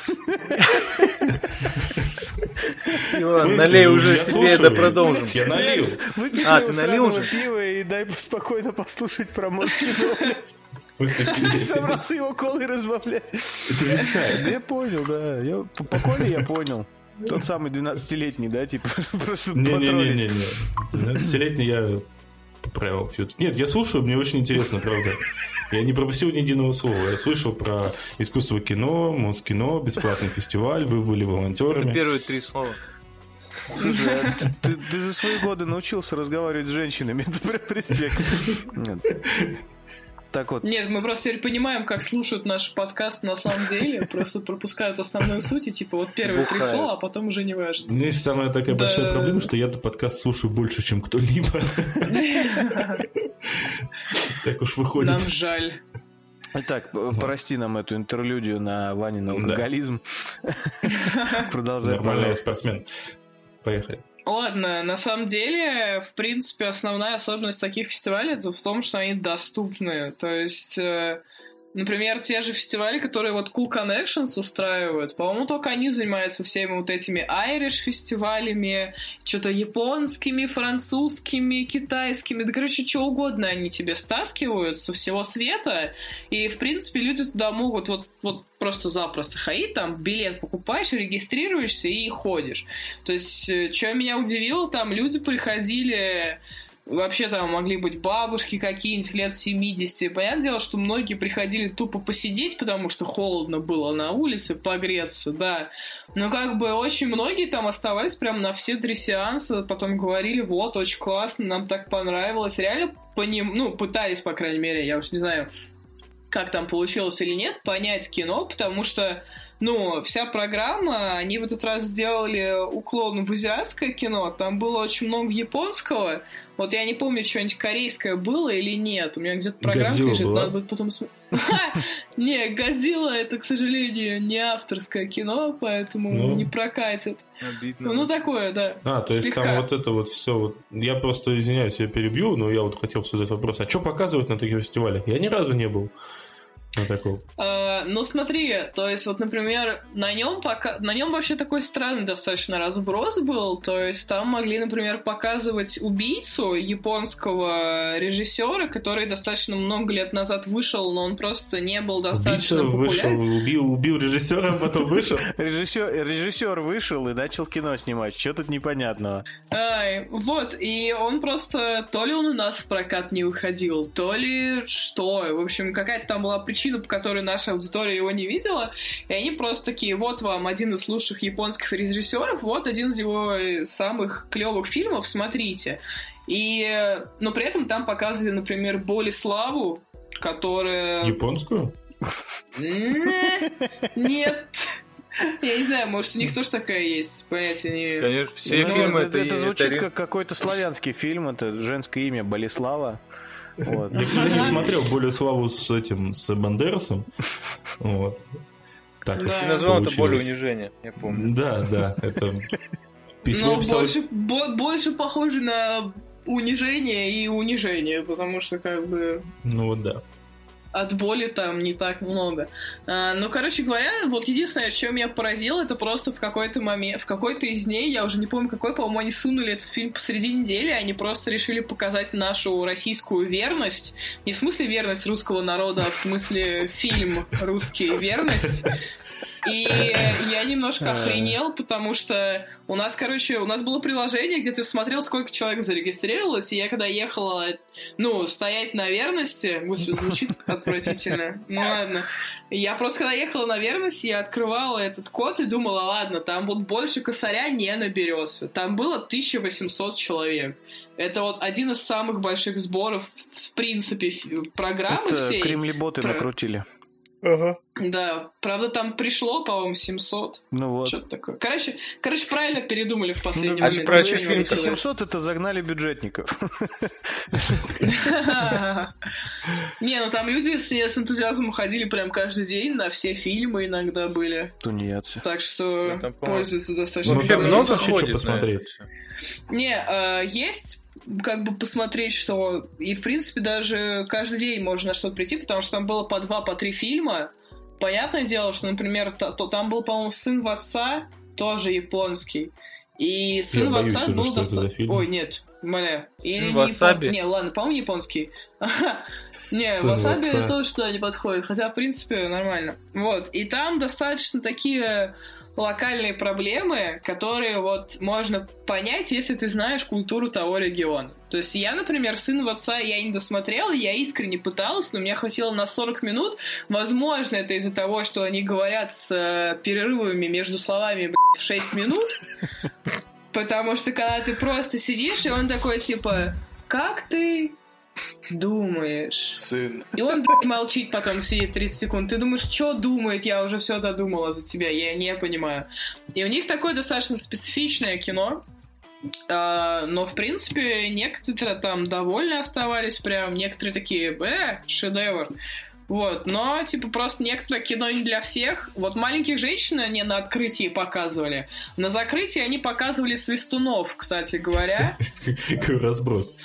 Иван, налей уже себе, да продолжим. Я налил. Выпей своего сраного пива и дай спокойно послушать про Москино. Ты собрался его колой разбавлять. Это виска. Я понял, да. По коле я понял. Тот самый 12-летний, да, типа, просто Не-не-не. 12-летний я поправил. Нет, я слушаю, мне очень интересно, правда. Я не пропустил ни единого слова. Я слышал про искусство кино, Москино, бесплатный фестиваль, вы были волонтерами. Это первые 3 слова. Слушай, ты за свои годы научился разговаривать с женщинами. Это прям респект. Так вот. Нет, мы просто теперь понимаем, как слушают наш подкаст на самом деле, просто пропускают основную суть, и типа вот первые 3 слова, а потом уже не важно. У меня есть самая такая большая проблема, что я-то подкаст слушаю больше, чем кто-либо. Так уж выходит. Нам жаль. Итак, прости нам эту интерлюдию на Ванин алкоголизм. Продолжай. Нормальный спортсмен. Поехали. Ладно, на самом деле, в принципе, основная особенность таких фестивалей в том, что они доступны. То есть, например, те же фестивали, которые вот Cool Connections устраивают, по-моему, только они занимаются всеми вот этими Irish-фестивалями, что-то японскими, французскими, китайскими, да, короче, что угодно они тебе стаскивают со всего света, и, в принципе, люди туда могут вот просто запросто ходить, там билет покупаешь, регистрируешься и ходишь. То есть, что меня удивило, там люди приходили... Вообще там могли быть бабушки какие-нибудь лет 70. Понятное дело, что многие приходили тупо посидеть, потому что холодно было на улице, погреться, да. Но как бы очень многие там оставались прям на все 3 сеанса, потом говорили, вот, очень классно, нам так понравилось. Реально пытались, по крайней мере, я уж не знаю, как там получилось или нет, понять кино, потому что вся программа, они в этот раз сделали уклон в азиатское кино, там было очень много японского, вот я не помню, что-нибудь корейское было или нет, у меня где-то программа лежит, надо будет потом смотреть. Не, «Годзилла» — это, к сожалению, не авторское кино, поэтому не прокатит. Обидно. Такое, да. То есть там вот это вот все. Я просто, извиняюсь, я перебью, но я вот хотел задать вопрос. А что показывают на таких фестивалях? Я ни разу не был. Смотри, то есть, вот, например, на нем вообще такой странный достаточно разброс был, то есть там могли, например, показывать «Убийцу» японского режиссера, который достаточно много лет назад вышел, но он просто не был достаточно популярен. Убил режиссера, а потом вышел. Режиссер вышел и начал кино снимать. Что тут непонятного? Вот, и он просто, то ли он у нас в прокат не выходил, то ли что. В общем, какая-то там была причина, по которой наша аудитория его не видела, и они просто такие, вот вам один из лучших японских режиссеров, вот один из его самых клевых фильмов, смотрите. Но при этом там показывали, например, «Болеславу», которая... Японскую? Нет. Я не знаю, может, у них тоже такая есть, понятия не имею. Конечно, все фильмы это звучит как какой-то славянский фильм, это женское имя Болеслава. Вот. Я, кстати, не смотрел «Болеславу» с Бандерасом. Вот. Так ты назвал это «Боль унижения», я помню. Да, это... Письмо больше похоже на унижение и унижение, потому что как бы... да. От боли там не так много. Короче говоря, вот единственное, что меня поразило, это просто в какой-то момент, в какой-то из дней, я уже не помню какой, по-моему, они сунули этот фильм посреди недели, они просто решили показать нашу российскую верность. Не в смысле верность русского народа, а в смысле фильм «Русский верность». И я немножко охренел, потому что у нас было приложение, где ты смотрел, сколько человек зарегистрировалось, и я когда ехала, стоять на верности, господи, звучит отвратительно, ладно, я просто когда ехала на верности, я открывала этот код и думала, ладно, там вот больше косаря не наберется, там было 1800 человек. Это вот один из самых больших сборов, в принципе, программы всей. Это кремлеботы накрутили. Ага. Да, правда, там пришло, по-моему, 700. Вот. Что-то такое. Короче, правильно передумали в последний момент. Эти 700 это загнали бюджетников. Не, там люди с энтузиазмом ходили прям каждый день, на все фильмы иногда были. Тунеядцы. Так что пользуются достаточно. Вообще много ходит посмотреть. Не, есть как бы посмотреть, что... И, в принципе, даже каждый день можно на что-то прийти, потому что там было по 2, по 3 фильма. Понятное дело, что, например, там был, по-моему, «Сын в отца», тоже японский. И «Сын в отца» был достаточно... Ой, нет, моля. «Сын васаби»? Не, ладно, по-моему, японский. Не, васаби тоже туда не подходит, хотя, в принципе, нормально. Вот, и там достаточно такие... локальные проблемы, которые вот можно понять, если ты знаешь культуру того региона. То есть я, например, «Сын в отца» я не досмотрела, я искренне пыталась, но мне хватило на 40 минут. Возможно, это из-за того, что они говорят с перерывами между словами, в 6 минут. Потому что когда ты просто сидишь, и он такой, типа, как ты думаешь? Сын. И он, молчит, потом сидит 30 секунд. Ты думаешь, что думает? Я уже все додумала за тебя. Я не понимаю. И у них такое достаточно специфичное кино. Но, в принципе, некоторые там довольны оставались прям. Некоторые такие, шедевр. Вот, но, типа, просто некоторое кино не для всех. Вот «Маленьких женщин» они на открытии показывали. На закрытии они показывали «Свистунов», кстати говоря. Какой разброс.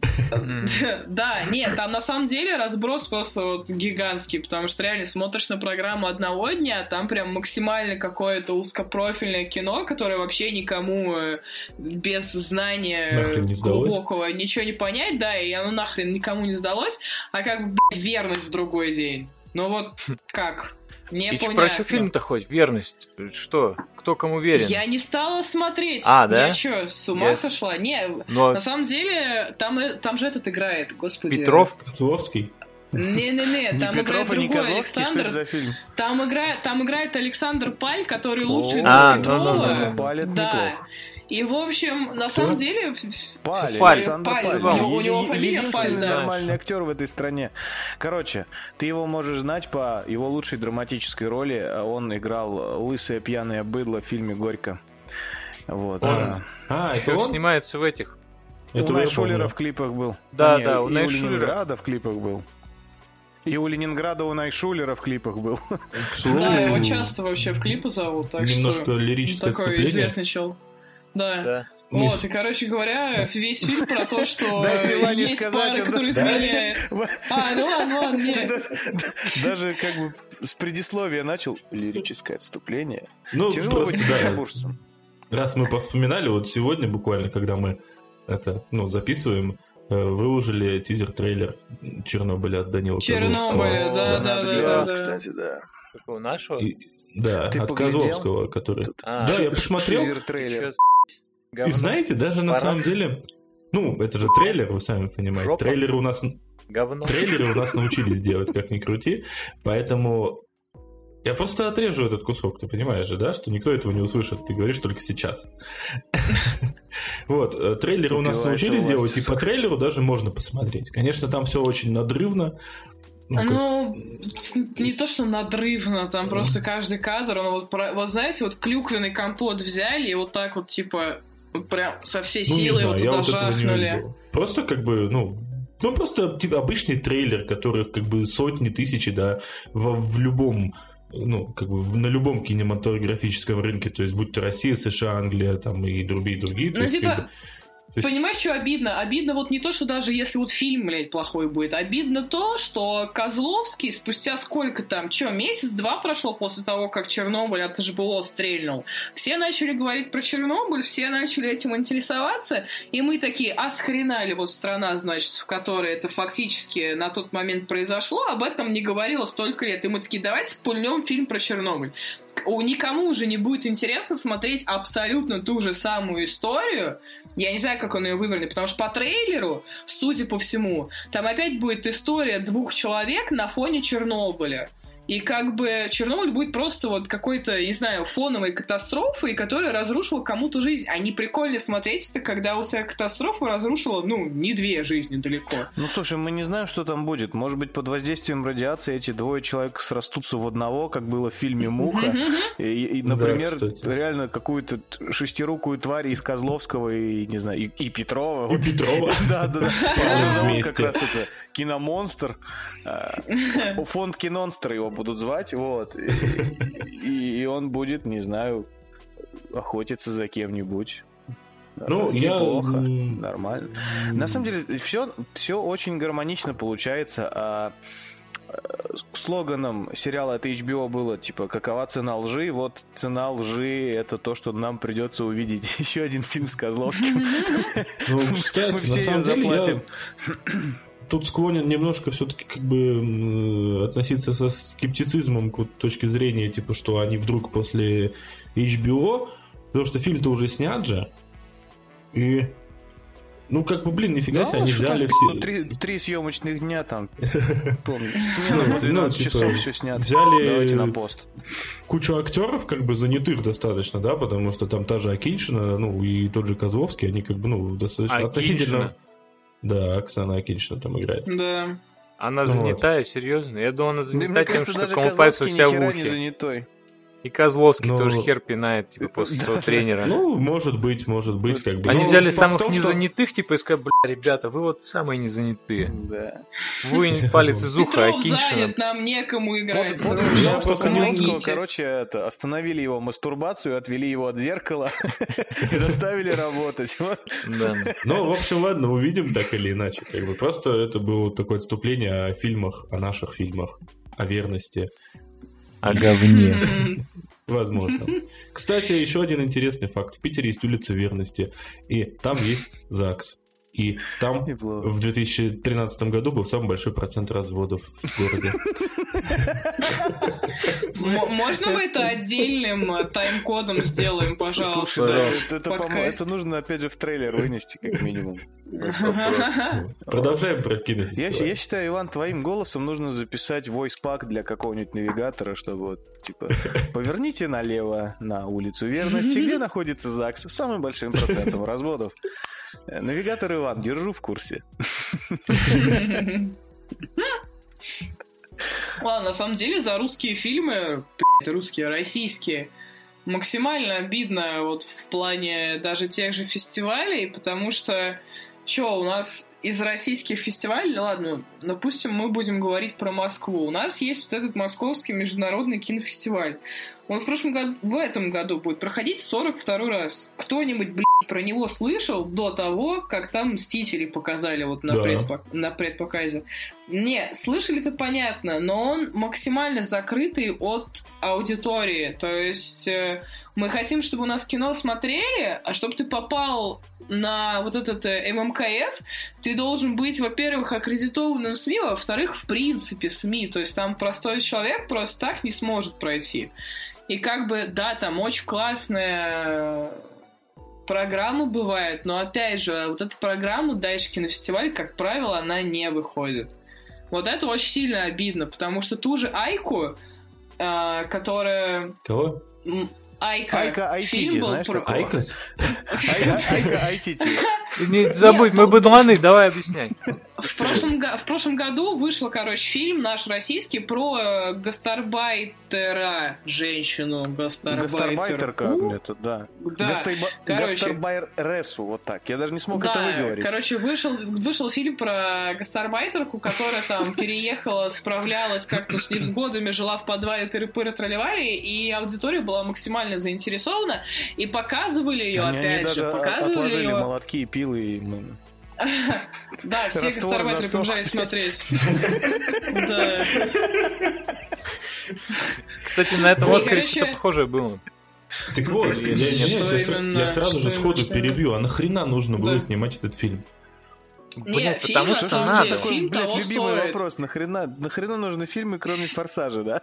Да, нет, там на самом деле разброс просто вот гигантский, потому что реально смотришь на программу одного дня, там прям максимально какое-то узкопрофильное кино, которое вообще никому без знания глубокого ничего не понять, да, и оно нахрен никому не сдалось, а как бы, блядь, верность в другой день. Ну вот как? Непонятно. И про что фильм-то хоть? Верность? Что? Кто кому верен? Я не стала смотреть. А, да? Я что, с ума сошла? Не, на самом деле, там же этот играет, господи. Петров? Козловский? Не-не-не, там Петров, играет другой Александр. Что это за фильм? Там играет Александр Паль, который лучший друг Петрова. Паль, это неплохо. И, в общем, на самом деле... Паль. У него фамилия Паль, единственный да. нормальный актер в этой стране. Короче, ты его можешь знать по его лучшей драматической роли. Он играл лысое пьяное быдло в фильме «Горько». Вот. Это он? Снимается в этих... У Найшулера в клипах был. Да, у Ленинграда в клипах был. И у Ленинграда, у Найшулера в клипах был. Да, его часто вообще в клипы зовут. Немножко лирическое такой отступление. Известный чел. Да. Вот, и, короче говоря, весь фильм про то, что есть пара, которые изменяют. Ну ладно, нет. Даже как бы с предисловия начал лирическое отступление. Тяжело быть петербуржцем. Раз мы повспоминали, вот сегодня буквально, когда мы записываем, выложили тизер-трейлер Чернобыля от Данила Козловского. Чернобыля, да. Кстати, да. Какого нашего? Да, от Козловского, который... Да, я посмотрел. И знаете, даже на самом деле... это же трейлер, вы сами понимаете. Трейлеры у нас научились делать, как ни крути. Поэтому я просто отрежу этот кусок, ты понимаешь же, да? Что никто этого не услышит, ты говоришь только сейчас. Вот, трейлеры у нас научились делать, и по трейлеру даже можно посмотреть. Конечно, там все очень надрывно. Не то, что надрывно, там просто каждый кадр, вот знаете, вот клюквенный компот взяли и вот так вот, типа, вот прям со всей силы его туда жахнули. Просто как бы, просто типа обычный трейлер, который как бы сотни тысяч, да, в любом, на любом кинематографическом рынке, то есть будь то Россия, США, Англия, там и другие. Понимаешь, что обидно? Обидно вот не то, что даже если вот фильм, блядь, плохой будет. Обидно то, что Козловский спустя сколько там, месяц-два прошло после того, как Чернобыль от HBO стрельнул. Все начали говорить про Чернобыль, все начали этим интересоваться, и мы такие, а с хрена ли вот страна, значит, в которой это фактически на тот момент произошло, об этом не говорила столько лет. И мы такие, давайте пульнем фильм про Чернобыль. Никому уже не будет интересно смотреть абсолютно ту же самую историю. Я не знаю, как он ее вывернет, потому что по трейлеру, судя по всему, там опять будет история двух человек на фоне Чернобыля. И как бы Чернобыль будет просто вот какой-то, не знаю, фоновой катастрофой, которая разрушила кому-то жизнь. А не прикольно смотреть это, когда у тебя катастрофа разрушила, не 2 жизни далеко. Слушай, мы не знаем, что там будет. Может быть, под воздействием радиации эти 2 человека срастутся в одного, как было в фильме «Муха». И например, реально какую-то шестирукую тварь из Козловского и, не знаю, и Петрова. И Петрова. Да. Как раз это киномонстр. Фонд кинонстр его будут звать, вот. И он будет, не знаю, охотиться за кем-нибудь. Неплохо, нормально. На самом деле, все очень гармонично получается. А слоганом сериала от HBO было, типа, какова цена лжи? Вот цена лжи — это то, что нам придется увидеть еще один фильм с Козловским. Кстати, мы все ее заплатим. Тут склонен немножко все-таки как бы относиться со скептицизмом к точке зрения, типа, что они вдруг после HBO, потому что фильм-то уже снят же, и нифига себе, они взяли все... 3 съемочных дня там, помню, смена по 12 часов все снято. Взяли давайте на пост. Кучу актеров, как бы, занятых достаточно, да, потому что там та же Акиньшина, и тот же Козловский, они как бы, достаточно относительно... Да, Оксана Акиньшина там играет. Да. Она занятая, серьезно? Я думаю, она занята мне тем, кажется, что даже колупается у себя в Козловский ни хера не ухе. занятой. И Козловский тоже хер пинает, типа, после своего тренера. Ну, может быть, как бы. Они взяли самых незанятых, типа, и сказали, ребята, вы вот самые незанятые. Да. Вынь палец из уха, Петров Акиньшина. занят, нам некому играть. Что Козловского, короче, остановили его мастурбацию, отвели его от зеркала и заставили работать. Ну, в общем, ладно, увидим так или иначе. Как бы просто это было такое отступление о фильмах, о наших фильмах, о верности. О говне. Возможно. Кстати, еще один интересный факт. В Питере есть улица Верности, и там есть ЗАГС. И там в 2013 году был самый большой процент разводов в городе. Можно мы это отдельным тайм-кодом сделаем, пожалуйста? Слушай, это нужно, опять же, в трейлер вынести, как минимум. Продолжаем про кинофестиваль. Я считаю, Иван, твоим голосом нужно записать voice-пак для какого-нибудь навигатора, чтобы вот, типа, поверните налево на улицу Верности, где находится ЗАГС с самым большим процентом разводов. Навигатор Иван, держу в курсе. Ладно, на самом деле за русские фильмы, русские, российские, максимально обидно вот в плане даже тех же фестивалей, потому что у нас из российских фестивалей, ладно, допустим, мы будем говорить про Москву. У нас есть вот этот Московский международный кинофестиваль. Он в этом году будет проходить 42-й раз. Кто-нибудь, про него слышал до того, как там «Мстители» показали вот на предпоказе? Не, слышали-то понятно, но он максимально закрытый от аудитории. То есть мы хотим, чтобы у нас кино смотрели, а чтобы ты попал на вот этот ММКФ, ты должен быть, во-первых, аккредитованным СМИ, а во-вторых, в принципе, СМИ. То есть там простой человек просто так не сможет пройти. И как бы, да, там очень классная программа бывает, но, опять же, вот эту программу дальше кинофестиваль, как правило, она не выходит. Вот это очень сильно обидно, потому что ту же Айку, которая... Кого? Айка ITT, знаешь такого? Айкос? Айка ITT. Не забудь, мы быдланы, давай объяснять. В прошлом году вышел, фильм наш российский про гастарбайтера, женщину гастарбайтерка, это да. Гастарбайтересу, вот так. Я даже не смог это выговорить. Вышел фильм про гастарбайтерку, которая там переехала, справлялась как-то с невзгодами, жила в подвале, тыры-пыры тролливали, и аудитория была максимально заинтересована, и показывали ее, опять же, отложили ее... молотки и пилы, и да, все гастарбайтеры побежали смотреть. Да. Кстати, на этом Оскаре что-то похожее было. Так вот, я сразу же сходу перебью. А нахрена нужно было снимать этот фильм? Нет, потому что надо. Такой, любимый вопрос. Нахрена нужны фильмы, кроме «Форсажа», да?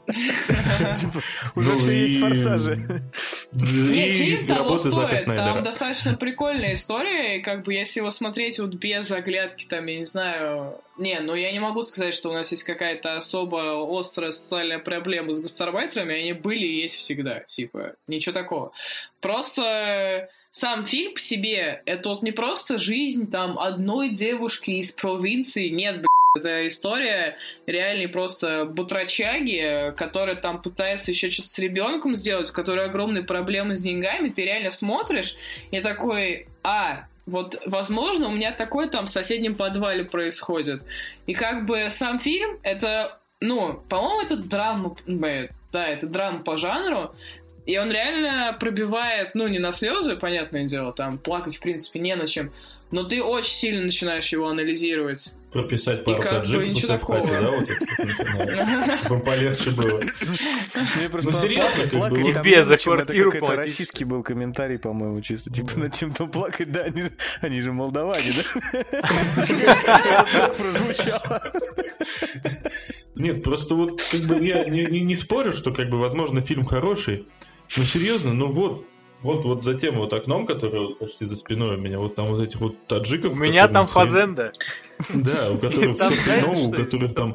Уже все есть «Форсажи». Нет, фильм того стоит. Там достаточно прикольная история. И если его смотреть вот без оглядки, там, я не знаю... я не могу сказать, что у нас есть какая-то особо острая социальная проблема с гастарбайтерами. Они были и есть всегда. Ничего такого. Просто... Сам фильм по себе, это вот не просто жизнь там одной девушки из провинции, нет, это история реальной просто бутрачаги, которая там пытается еще что-то с ребенком сделать, у которой огромные проблемы с деньгами, ты реально смотришь и такой, вот, возможно, у меня такое там в соседнем подвале происходит. И сам фильм, это, по-моему, это драма, это драма по жанру. И он реально пробивает, не на слезы, понятное дело, там плакать, в принципе, не на чем, но ты очень сильно начинаешь его анализировать. Прописать пару таджиков у себя в хате, да, вот это, чтобы полегче было. Ну, серьезно, тебе за квартиру платить. Это российский был комментарий, по-моему, чисто, над тем, кто плакать, да, они же молдаване, да? Это так прозвучало. Нет, просто вот я не спорю, что возможно фильм хороший, но серьезно, вот за тем вот окном, которое почти за спиной у меня, вот там вот этих вот таджиков. У меня там фазенда. Да, у которых все хреново, у которых там...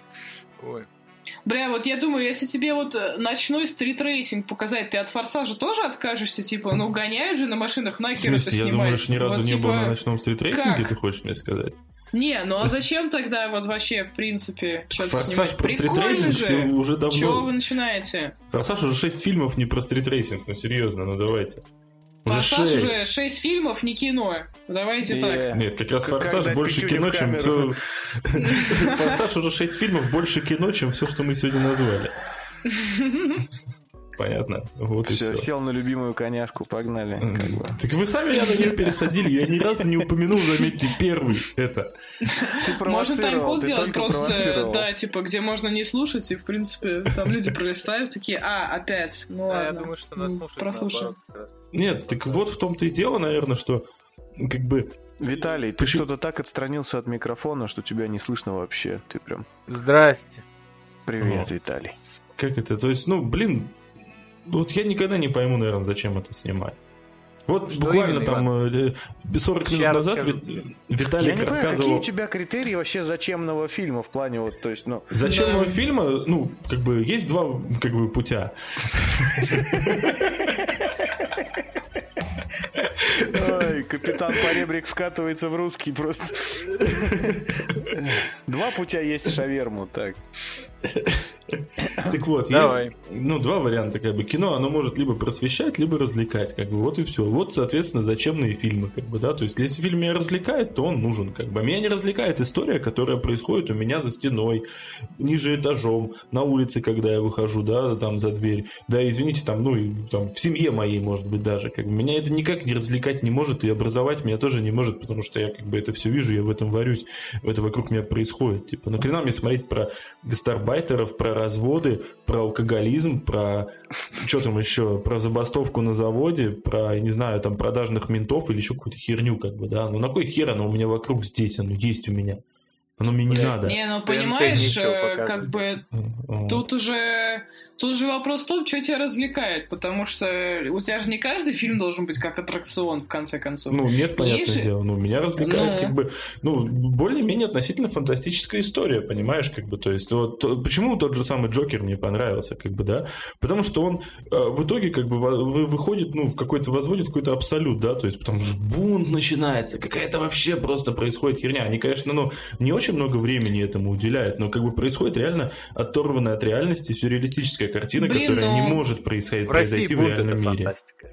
Бля, вот я думаю, если тебе вот ночной стритрейсинг показать, ты от «Форсажа» тоже откажешься? гоняют же на машинах, нахер это снимать? Я думаю, что ни разу не был на ночном стритрейсинге, ты хочешь мне сказать? Не, ну а зачем тогда вот вообще, в принципе, что-то «Форсаж» снимать? про стритрейсинг все уже давно. Чего вы начинаете? «Форсаж» уже 6 фильмов не про стритрейсинг, ну серьезно, ну давайте. «Форсаж» уже 6 фильмов, не кино. Давайте так. Нет, как раз «Форсаж» больше кино, чем все... «Форсаж» уже 6 фильмов больше кино, чем все, что мы сегодня назвали. Понятно. Вот все, сел на любимую коняшку, погнали. Так вы сами меня на нее пересадили, я ни разу не упомянул, заметьте, первый это. Ты можно тайм-код делать просто, да, типа, где можно не слушать, и, в принципе, там люди пролистают, такие, опять, ну ладно. Я думаю, что нас слушают прослушаем. Нет, так вот в том-то и дело, наверное, что как бы... Виталий, ты что-то так отстранился от микрофона, что тебя не слышно вообще. Ты прям... Здрасте. Привет, Виталий. Как это? То есть, вот я никогда не пойму, наверное, зачем это снимать. Вот что буквально там 40 минут назад Виталик я не рассказывал... Понимаю, какие у тебя критерии вообще зачемного фильма в плане вот, то есть, Зачемного фильма, как бы, есть два, как бы, путя. Ой, капитан Поребрик вкатывается в русский просто. Два путя есть шаверму, так. Так вот, есть, два варианта, как бы, кино, оно может либо просвещать, либо развлекать, как бы, вот и все. Вот, соответственно, зачемные фильмы, как бы, да, то есть, если фильм меня развлекает, то он нужен, как бы. Меня не развлекает история, которая происходит у меня за стеной, ниже этажом, на улице, когда я выхожу, да, там, за дверь, да, извините, там, в семье моей, может быть, даже, как бы, меня это никак не развлекать не может, и образовать меня тоже не может, потому что я, как бы, это все вижу, я в этом варюсь, это вокруг меня происходит, типа, нахрена мне смотреть про гастарбайтеров, про разводы, про алкоголизм, про что там еще, про забастовку на заводе, про, я не знаю, там, продажных ментов или еще какую-то херню, как бы, да, на кой хер оно у меня вокруг здесь, оно есть у меня, оно мне не надо. Не, понимаешь, как бы, тут уже вопрос в том, что тебя развлекает, потому что у тебя же не каждый фильм должен быть как аттракцион, в конце концов. Нет, понятное дело. Меня развлекает, как бы, более-менее относительно фантастическая история, понимаешь, как бы, то есть, вот, почему тот же самый Джокер мне понравился, как бы, да, потому что он в итоге, как бы, выходит, в какой-то, возводит какой-то абсолют, да, то есть, потому что бунт начинается, какая-то вообще просто происходит херня. Они, конечно, не очень много времени этому уделяют, но, как бы, происходит реально оторванная от реальности сюрреалистическая картина, которая не может произойти в реальном мире.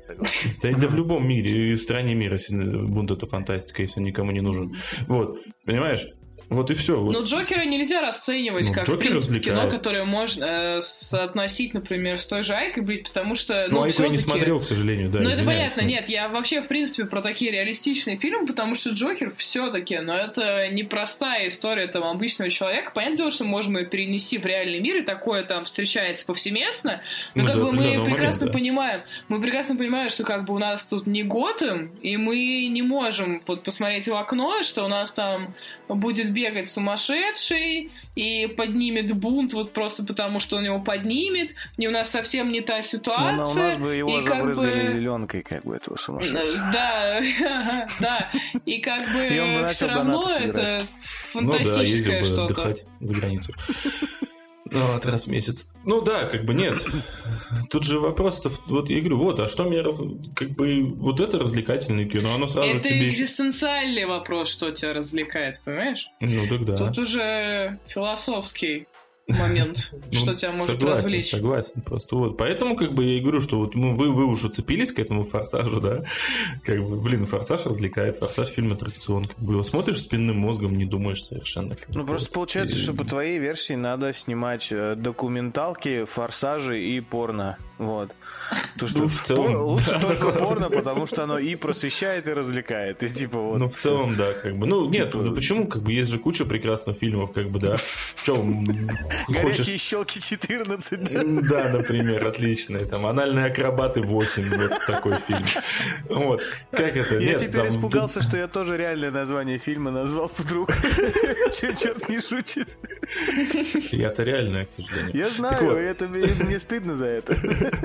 Да в любом мире, и в стране мира бунт — это фантастика, если он никому не нужен. Вот, понимаешь? Вот и все. Но Джокера нельзя расценивать как, в принципе, кино, которое можно соотносить, например, с той же Айкой, потому что... Айку я не смотрел, к сожалению, да. Это понятно, нет, я вообще, в принципе, про такие реалистичные фильмы, потому что Джокер все-таки, это непростая история там обычного человека. Понятное дело, что можем ее перенести в реальный мир, и такое там встречается повсеместно, но мы прекрасно понимаем, что как бы у нас тут не Готэм, и мы не можем вот посмотреть в окно, что у нас там будет бегать сумасшедший и поднимет бунт вот просто потому, что он его поднимет, и у нас совсем не та ситуация. Но у нас бы его забрызгали зеленкой, как бы, этого сумасшедшего. Да, и как бы все равно это фантастическое что-то. Отдыхать за границу. Раз в месяц. Как бы нет. Тут же вопрос-то, вот я говорю, а что меня, как бы, вот это развлекательное кино, оно сразу это тебе... экзистенциальный вопрос, что тебя развлекает, понимаешь? Так да. Тут уже философский момент, что тебя может развлечь. Согласен, просто вот. Поэтому, как бы, я и говорю, что вот вы уже цепились к этому «Форсажу», да? Как бы, «Форсаж» развлекает, «Форсаж» фильм аттракцион. Как бы, его смотришь спинным мозгом, не думаешь совершенно. Просто получается, что по твоей версии надо снимать документалки, «Форсажи» и порно. Вот. Потому что лучше только порно, потому что оно и просвещает, и развлекает. И типа вот. В целом, да, как бы. Нет, почему? Как бы есть же куча прекрасных фильмов, как бы, да. Горячие щелки 14, да? Да, например, отличные. Там «Анальные акробаты 8», вот такой фильм. Вот. Как это? Я теперь испугался, что я тоже реальное название фильма назвал вдруг. Черт не шутит. Я-то реальное, к сожалению. Я знаю, мне стыдно за это.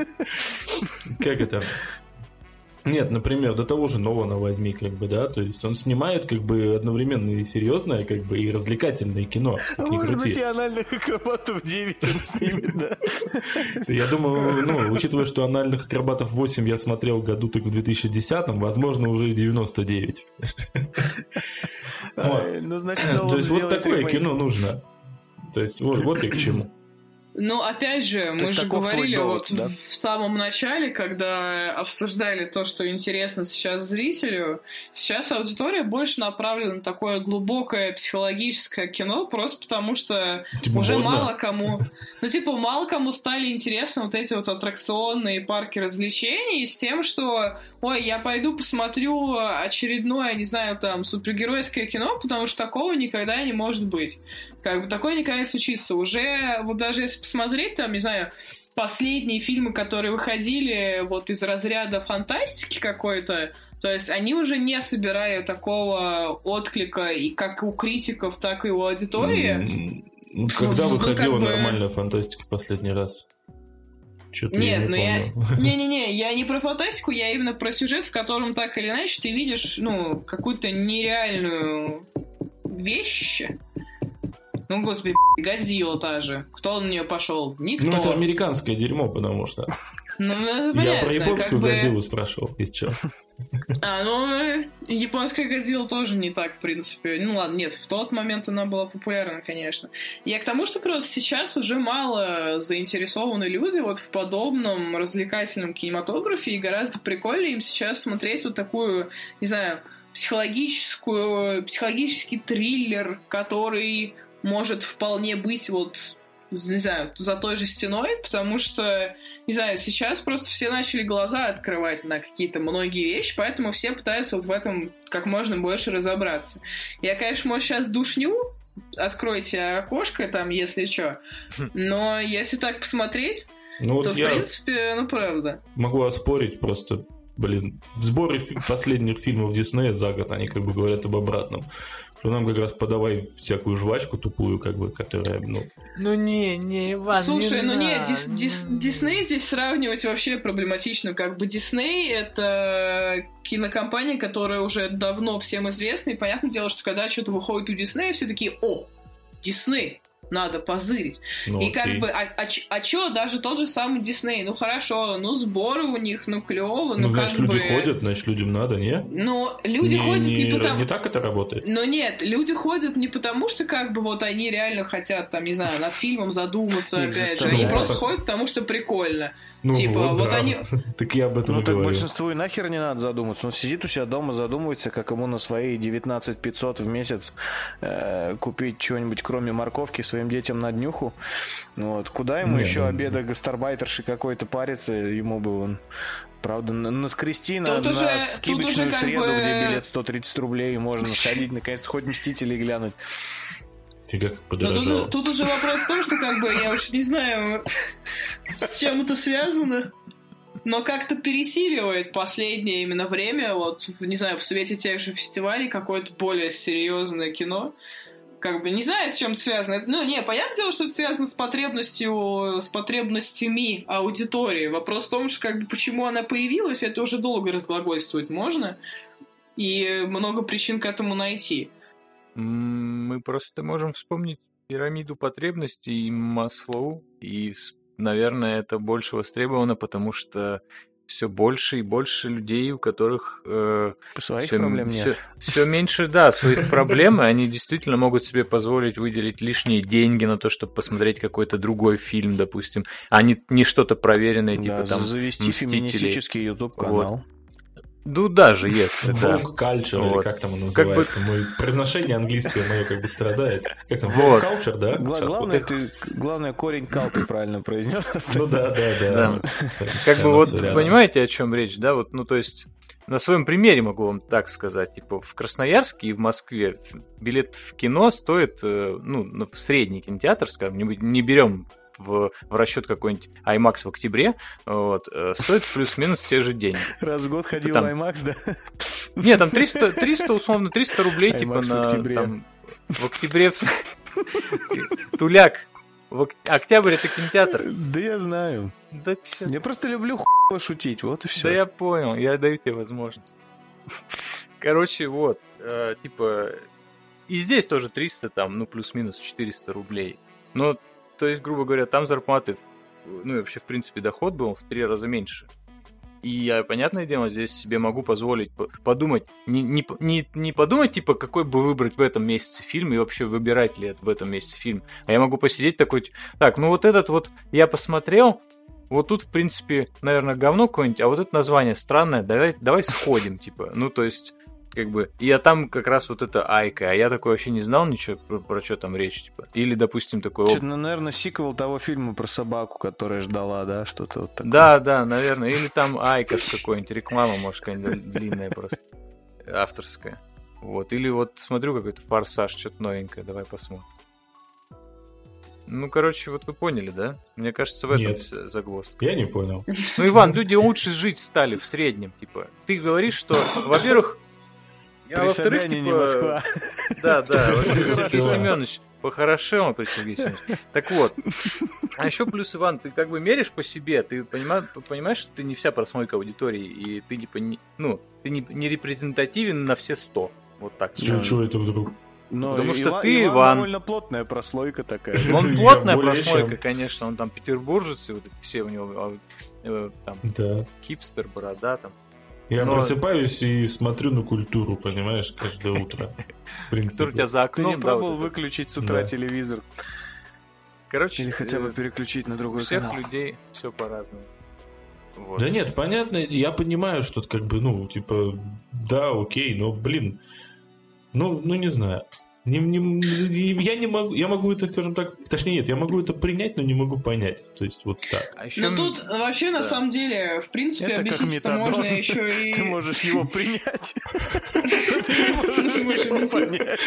Как это? Нет, например, до того же Нолана возьми, как бы, да, то есть он снимает, как бы, одновременно и серьезное, как бы, и развлекательное кино. Может быть, и «Анальных акробатов 9» он снимет, да? Я думаю, учитывая, что «Анальных акробатов 8» я смотрел году так в 2010-м, возможно, уже и 99. Ну, значит, то есть вот такое кино нужно. То есть вот и к чему. Ну, опять же, мы же говорили вот в самом начале, когда обсуждали то, что интересно сейчас зрителю, сейчас аудитория больше направлена на такое глубокое психологическое кино, просто потому что уже мало кому... Ну, типа, мало кому стали интересны вот эти вот аттракционные парки развлечений с тем, что, ой, я пойду посмотрю очередное, не знаю, там, супергеройское кино, потому что такого никогда не может быть. Как бы такое никогда не случится. Уже, вот даже если посмотреть, там, не знаю, последние фильмы, которые выходили вот из разряда фантастики какой-то, то есть они уже не собирали такого отклика и как у критиков, так и у аудитории. Когда выходила нормальная фантастика последний раз? Что-то нет, я не помню. Не-не-не, я не про фантастику, я именно про сюжет, в котором так или иначе ты видишь, ну, какую-то нереальную вещь. Ну, господи, Годзилла та же. Кто на нее пошел? Никто. Ну, это американское дерьмо, потому что... Ну, это я про японскую Годзиллу спрашивал, из чего. Ну, японская Годзилла тоже не так, в принципе. Ну, ладно, нет, в тот момент она была популярна, конечно. Я к тому, что просто сейчас уже мало заинтересованы люди вот в подобном развлекательном кинематографе, и гораздо прикольнее им сейчас смотреть вот такую, не знаю, психологический триллер, который может вполне быть вот, не знаю, за той же стеной, потому что, не знаю, сейчас просто все начали глаза открывать на какие-то многие вещи, поэтому все пытаются вот в этом как можно больше разобраться. Я, конечно, может, сейчас душню, откройте окошко там, если что, но если так посмотреть, ну, то, вот в принципе, ну, правда. Могу оспорить просто... Блин, сборы последних фильмов Диснея за год, они как бы говорят об обратном. Что нам как раз подавай всякую жвачку тупую, как бы, которая, ну... Ну не, Иван, слушай, не Дисней здесь сравнивать вообще проблематично. Как бы Дисней — это кинокомпания, которая уже давно всем известна, и понятное дело, что когда что-то выходит у Диснея, все такие: о, Дисней! Надо позырить. Ну, и как бы, чё, даже тот же самый Дисней, ну хорошо, ну сборы у них, ну клево, ну значит, как бы... люди ходят, значит, людям надо, не? Ну, люди ходят не потому... Не так это работает? Но нет, люди ходят не потому, что как бы вот они реально хотят, там, не знаю, над фильмом задуматься, опять же, они просто ходят потому, что прикольно. Ну типа, вот да. они... Так я об этом и так говорю. большинству и нахер не надо задуматься. Он сидит у себя дома, задумывается, как ему на свои 19 500 в месяц купить чего-нибудь, кроме морковки, своим детям на днюху. Вот. Куда ему еще обеда гастарбайтерши какой-то париться, ему бы он... Правда, наскрести на скидочную среду, где билет 130 рублей, можно сходить, наконец-то, хоть «Мстителей» глянуть. Но тут уже вопрос в том, что как бы я уж не знаю, с чем это связано, но как-то пересиливает последнее именно время, вот, не знаю, в свете тех же фестивалей, какое-то более серьезное кино. Как бы не знаю, с чем это связано. Ну, не, понятное дело, что это связано с потребностями аудитории. Вопрос в том, что как бы почему она появилась, это уже долго разглагольствовать можно, и много причин к этому найти. Мы просто можем вспомнить пирамиду потребностей и Маслоу, и, наверное, это больше востребовано, потому что все больше и больше людей, у которых своих проблем нет. Все меньше, да, своих проблем, и они действительно могут себе позволить выделить лишние деньги на то, чтобы посмотреть какой-то другой фильм, допустим, а не что-то проверенное, типа там завести «Мстители». феминистический YouTube-канал. Вот. Ну, даже если, да. Vogue Culture, вот. или как там оно называется. Как бы... Мое произношение английское мое как бы страдает. Как там, вот. Vogue Culture, да? Главное, корень кал ты правильно произнес. Ну да. Как бы вот, понимаете, о чем речь, да? Вот, ну, то есть, на своем примере могу вам так сказать. Типа, в Красноярске и в Москве билет в кино стоит, ну, в средний кинотеатр, скажем, не берем в расчет какой-нибудь IMAX в октябре, вот, стоит плюс-минус те же деньги. Раз в год ходил в IMAX, да? Нет, там 300 условно, 300 рублей, типа, в октябре. В октябре... Туляк, октябрь — это кинотеатр. Да я знаю. Да чё? Я просто люблю шутить, вот и все. Да я понял, я даю тебе возможность. Короче, вот, типа... И здесь тоже 300, там, ну, плюс-минус 400 рублей. Но... То есть, грубо говоря, там зарплаты, ну и вообще, в принципе, доход был в 3 раза меньше. И я, понятное дело, здесь себе могу позволить подумать, не подумать, типа, какой бы выбрать в этом месяце фильм и вообще выбирать ли в этом месяце фильм. А я могу посидеть такой, так, ну вот этот вот я посмотрел, вот тут, в принципе, наверное, говно какое-нибудь, а вот это название странное, давай сходим, типа. Ну, то есть, как бы, и там как раз вот это Айка, а я такой вообще не знал ничего, про что там речь, типа. Или, допустим, такой... Ну, наверное, сиквел того фильма про собаку, которая ждала, да, что-то вот такое. Да, наверное. Или там Айка какой-нибудь, реклама, может, какая-нибудь длинная просто, авторская. Вот. Или вот смотрю какой-то «Форсаж», что-то новенькое, давай посмотрим. Ну, короче, вот вы поняли, да? Мне кажется, в этом загвоздка. Я не понял. Ну, Иван, люди лучше жить стали в среднем, типа. Ты говоришь, что, во-первых... А во-вторых, типа... не Москва. Да, Сергей Семенович, по-хорошему, Сергей Семенович. Так вот. А еще плюс, Иван, ты как бы меришь по себе, ты понимаешь, что ты не вся прослойка аудитории, и ты, типа, ты не репрезентативен на все 100. Вот так. Чего это вдруг? Но потому что ты, Иван... довольно плотная прослойка такая. Он плотная прослойка, конечно. Он там петербуржец, и вот все у него там хипстер, борода там. Я просыпаюсь и смотрю на культуру, понимаешь, каждое утро. Культура у тебя за окном. Ты не пробовал выключить с утра телевизор? Короче... Или хотя бы переключить на другой канал? У всех людей все по-разному. Да нет, понятно, я понимаю, что как бы, ну, типа, да, окей, но, блин, ну не знаю. Я не могу, я могу это, скажем так, точнее нет, я могу это принять, но не могу понять. То есть вот так. Но тут вообще на самом деле, в принципе, объяснить это можно еще и... Ты можешь его принять. Ты не можешь его понять.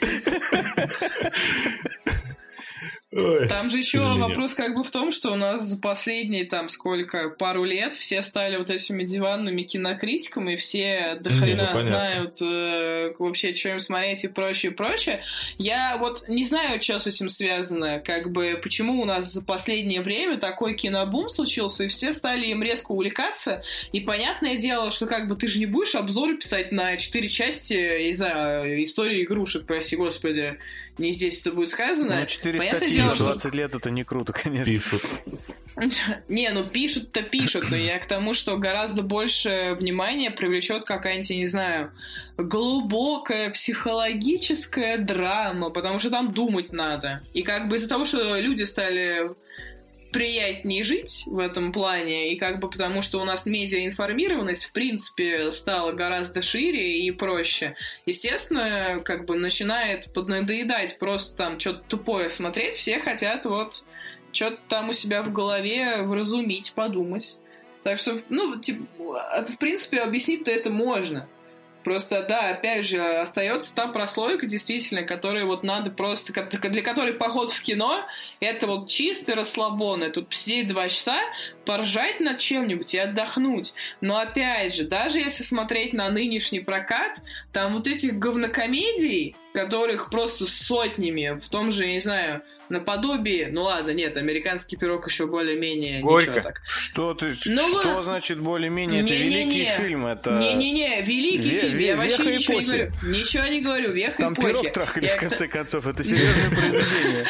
Там же еще вопрос как бы в том, что у нас за последние там пару лет все стали вот этими диванными кинокритиками, и все до хрена знают вообще, что им смотреть и прочее. Я вот не знаю, что с этим связано, как бы почему у нас за последнее время такой кинобум случился, и все стали им резко увлекаться, и понятное дело, что как бы ты же не будешь обзоры писать на 4 части, я не знаю, истории игрушек, прости господи. Не здесь это будет сказано. Ну, 4 статьи за 20 лет это не круто, конечно. Пишут. Не, ну пишут, но я к тому, что гораздо больше внимания привлечет какая-нибудь, я не знаю, глубокая психологическая драма, потому что там думать надо. И как бы из-за того, что люди стали приятнее жить в этом плане, и как бы потому, что у нас медиаинформированность, в принципе, стала гораздо шире и проще. Естественно, как бы начинает поднадоедать просто там что-то тупое смотреть, все хотят вот что-то там у себя в голове вразумить, подумать. Так что, ну, типа, в принципе, объяснить-то это можно. Просто, да, опять же, остается та прослойка, действительно, которой вот надо просто... Для которой поход в кино — это вот чистый расслабон. И тут посидеть 2 часа, поржать над чем-нибудь и отдохнуть. Но, опять же, даже если смотреть на нынешний прокат, там вот этих говнокомедий, которых просто сотнями, в том же, я не знаю, наподобие... Ну ладно, нет, «Американский пирог» еще более-менее Горько. ничего так. Что значит более-менее? Это великий фильм, это... Не-не-не, великий фильм. Я вообще ничего не говорю. Ничего не говорю, век эпохи. Там пирог трахали, в конце концов. Это серьезное произведение.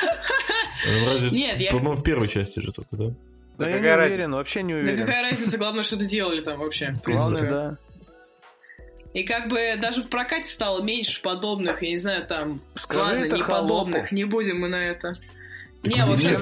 Нет, по-моему, в первой части же только, да? Да я не уверен, вообще не уверен. Да какая разница, главное, что-то делали там вообще. Главное, да. И как бы даже в прокате стало меньше подобных, я не знаю, там... Скажи это неподобных, не будем мы на это. Не, вот, кстати,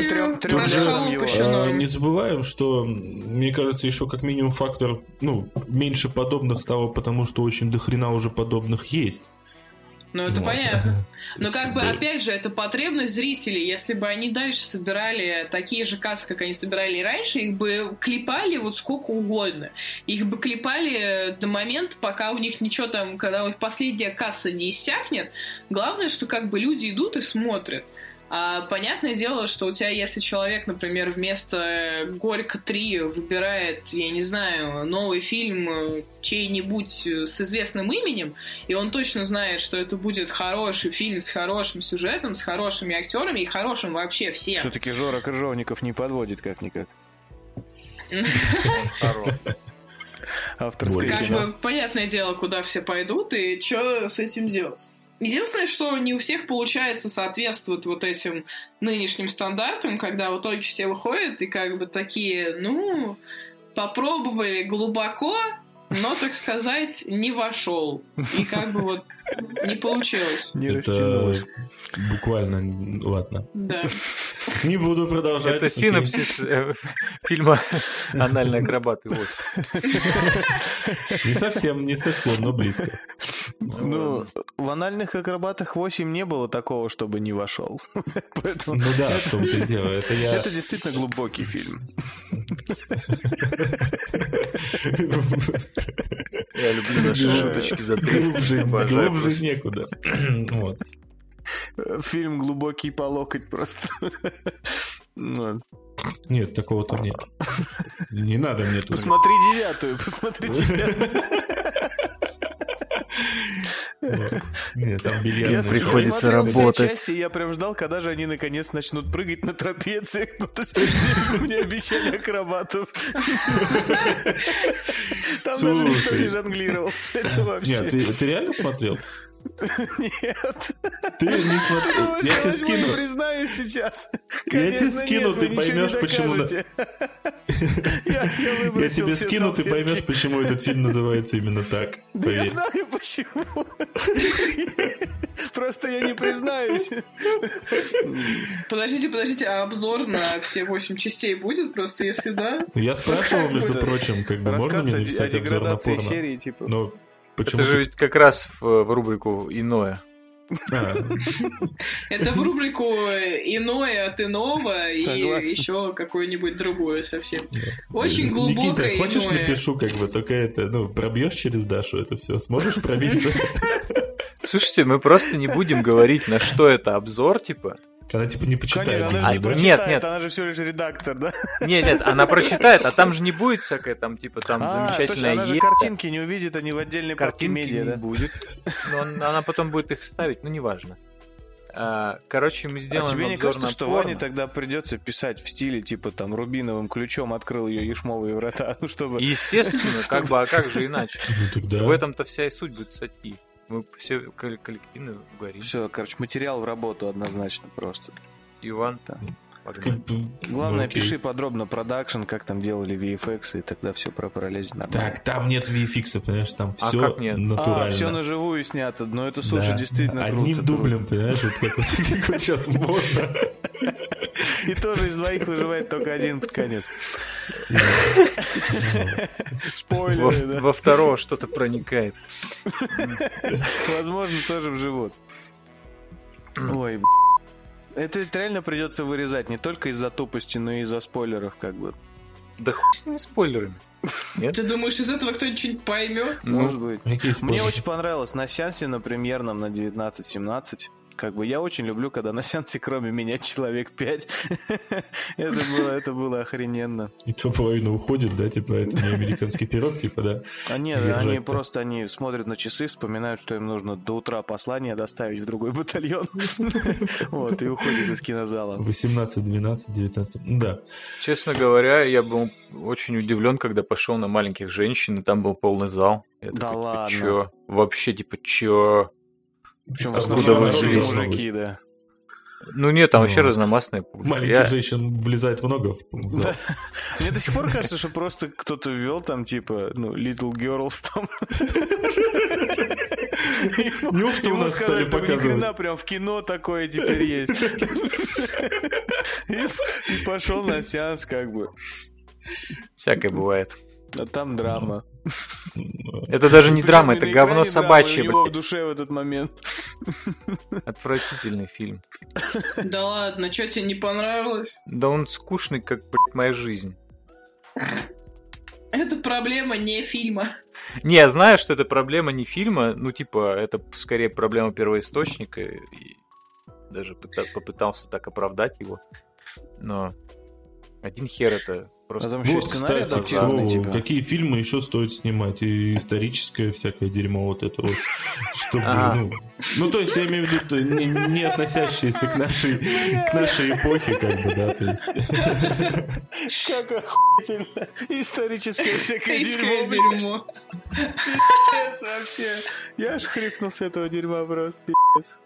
не забываем, что, мне кажется, еще как минимум фактор, ну, меньше подобных стало, потому что очень дохрена уже подобных есть. Ну, это понятно. Но как бы, опять же, это потребность зрителей. Если бы они дальше собирали такие же кассы, как они собирали и раньше, их бы клепали вот сколько угодно. Их бы клепали до момента, пока у них ничего там, когда у них последняя касса не иссякнет. Главное, что как бы люди идут и смотрят. А понятное дело, что у тебя, если человек, например, вместо «Горько 3» выбирает, я не знаю, новый фильм чей-нибудь с известным именем, и он точно знает, что это будет хороший фильм с хорошим сюжетом, с хорошими актерами и хорошим вообще всем. Все-таки Жора Крыжовников не подводит как-никак. Авторское кино. Как бы понятное дело, куда все пойдут и что с этим делать. Единственное, что не у всех получается соответствовать вот этим нынешним стандартам, когда в итоге все выходят и как бы такие, ну, попробовали глубоко, но, так сказать, не вошел. И как бы вот не получилось. Не растянулось. Буквально, ладно. Да. Не буду продолжать. Это синопсис фильма «Анальный акробат» и 8. Не совсем, но близко. Ну, в «Анальных акробатах 8» не было такого, чтобы не вошел. Ну да, в том-то и дело. Это действительно глубокий фильм. Я люблю наши шуточки за 300. Глубже некуда. Вот. Фильм глубокий по локоть просто. Нет, такого-то нет. Не надо мне тут. Посмотри 9-ю, посмотри 9-ю. Нет, там бильярдная. Приходится работать. Части, я прям ждал, когда же они наконец начнут прыгать на трапециях. Мне обещали акробатов. Там даже никто не жонглировал. Нет, ты реально смотрел? Нет. Ты не смотрел. Я тебе скину. Не признаюсь сейчас. Я тебе скину, ты поймешь, почему. Я тебе скину, ты поймешь, почему этот фильм называется именно так. Да я знаю почему. Просто я не признаюсь. Подождите, а обзор на все 8 частей будет? Просто если да? Я спрашивал, между прочим, как бы можно мне написать обзор на порно? Серии, типа. Но почему? Это же ведь как раз в рубрику «Иное». Это в рубрику «Иное от иного» и еще какое-нибудь другое совсем. Очень глубокое Никита, хочешь иное. напишу, как бы, только это, пробьешь через Дашу это все, сможешь пробиться? Слушайте, мы просто не будем говорить, на что это обзор, типа. Она типа не почитает. Конечно, она же не прочитает, она же всего лишь редактор, да? Нет, она прочитает, а там же не будет всякое там, типа, там замечательное она же картинки не увидит, они в отдельной папке медиа, да? Будет. Но она потом будет их ставить, неважно. Короче, мы сделаем тебе не обзор кажется, на что порно. Ване тогда придется писать в стиле, типа, там, рубиновым ключом открыл ее ешмовые врата, чтобы... Естественно, как бы, а как же иначе? Тогда... В этом-то вся и суть будет статьи. Мы все коллективно угорим. Все, короче, материал в работу однозначно просто. Иван, главное, пиши подробно продакшн, как там делали VFX, и тогда все пролезет нормально. Так, там нет VFX, понимаешь, там все натурально. Все на живую снято, но это, слушай, действительно круто. Одним дублем, понимаешь, вот как вот сейчас модно. И тоже из двоих выживает только один под конец. Спойлеры, да. Во второго что-то проникает. Возможно, тоже в живот. Ой, это реально придется вырезать не только из-за тупости, но и из-за спойлеров, как бы. Да хуй с ними спойлерами. Нет? Ты думаешь, из этого кто-нибудь что-нибудь поймет? Может быть. Мне очень понравилось на сеансе, на премьерном на 19-17. Как бы я очень люблю, когда на сеансе кроме меня человек 5. Это было охрененно. И что, половина уходит, да? Типа, это не американский пирог, типа, да? А нет, они смотрят на часы, вспоминают, что им нужно до утра послание доставить в другой батальон. Вот, и уходят из кинозала. 18, 12, 19. Да. Честно говоря, я был очень удивлен, когда пошел на «Маленьких женщин», и там был полный зал. Да ладно. Чё? Вообще, типа, чё? Причем в основном мужики, да. Ну нет, там вообще разномастная публика. Маленьких женщин влезает много в зал. Мне до сих пор кажется, что просто кто-то ввел там, типа, Little Girls там. Неужто у нас стали показывать? Ни хрена, прям в кино такое теперь есть. И пошел на сеанс, как бы. Всякое бывает. А там драма. Это даже не драма, это говно собачье, блядь. У него в душе в этот момент. Отвратительный фильм. Да ладно, что тебе не понравилось? Да он скучный, как, блядь, моя жизнь. Это проблема не фильма. Не, я знаю, что это проблема не фильма. Это скорее проблема первоисточника. И даже попытался так оправдать его. Но один хер это... Просто... Вот, кстати, к слову, какие фильмы еще стоит снимать? И историческое всякое дерьмо вот это вот. Чтобы, то есть я имею в виду, не относящиеся к нашей эпохе, как бы, да, то есть. Как охуительно. Историческое всякое дерьмо. Пиздец вообще. Я аж хрипнул с этого дерьма просто, пиздец.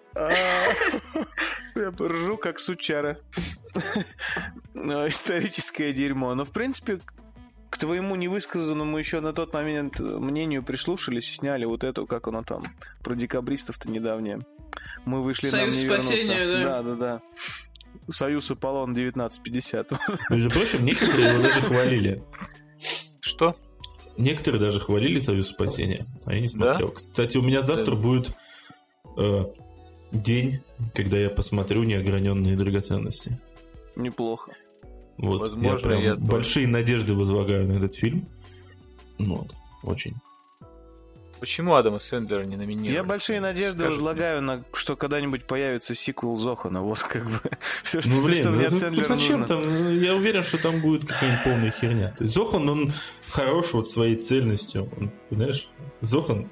Я ржу, как сучара. Историческое дерьмо. Но, в принципе, к твоему невысказанному еще на тот момент мнению прислушались и сняли вот эту, как оно там, про декабристов-то недавнее. Мы вышли, Союз нам не вернуться. спасения, да? Да. Союз Аполлон 1950. Между прочим, некоторые его даже хвалили. Что? Некоторые даже хвалили Союз спасения, а я не смотрел. Да? Кстати, у меня завтра будет день, когда я посмотрю «Неограненные драгоценности». Неплохо. Вот, возможно, я большие надежды возлагаю на этот фильм. Вот, очень. Почему Адама Сэндлера не номинировали? Я большие надежды возлагаю на, что когда-нибудь появится сиквел Зохана. Вот как бы все, что мне от Сэндлера зачем нужно. Там? Я уверен, что там будет какая-нибудь полная херня. То есть Зохан, он хорош вот своей цельностью. Он, понимаешь? Зохан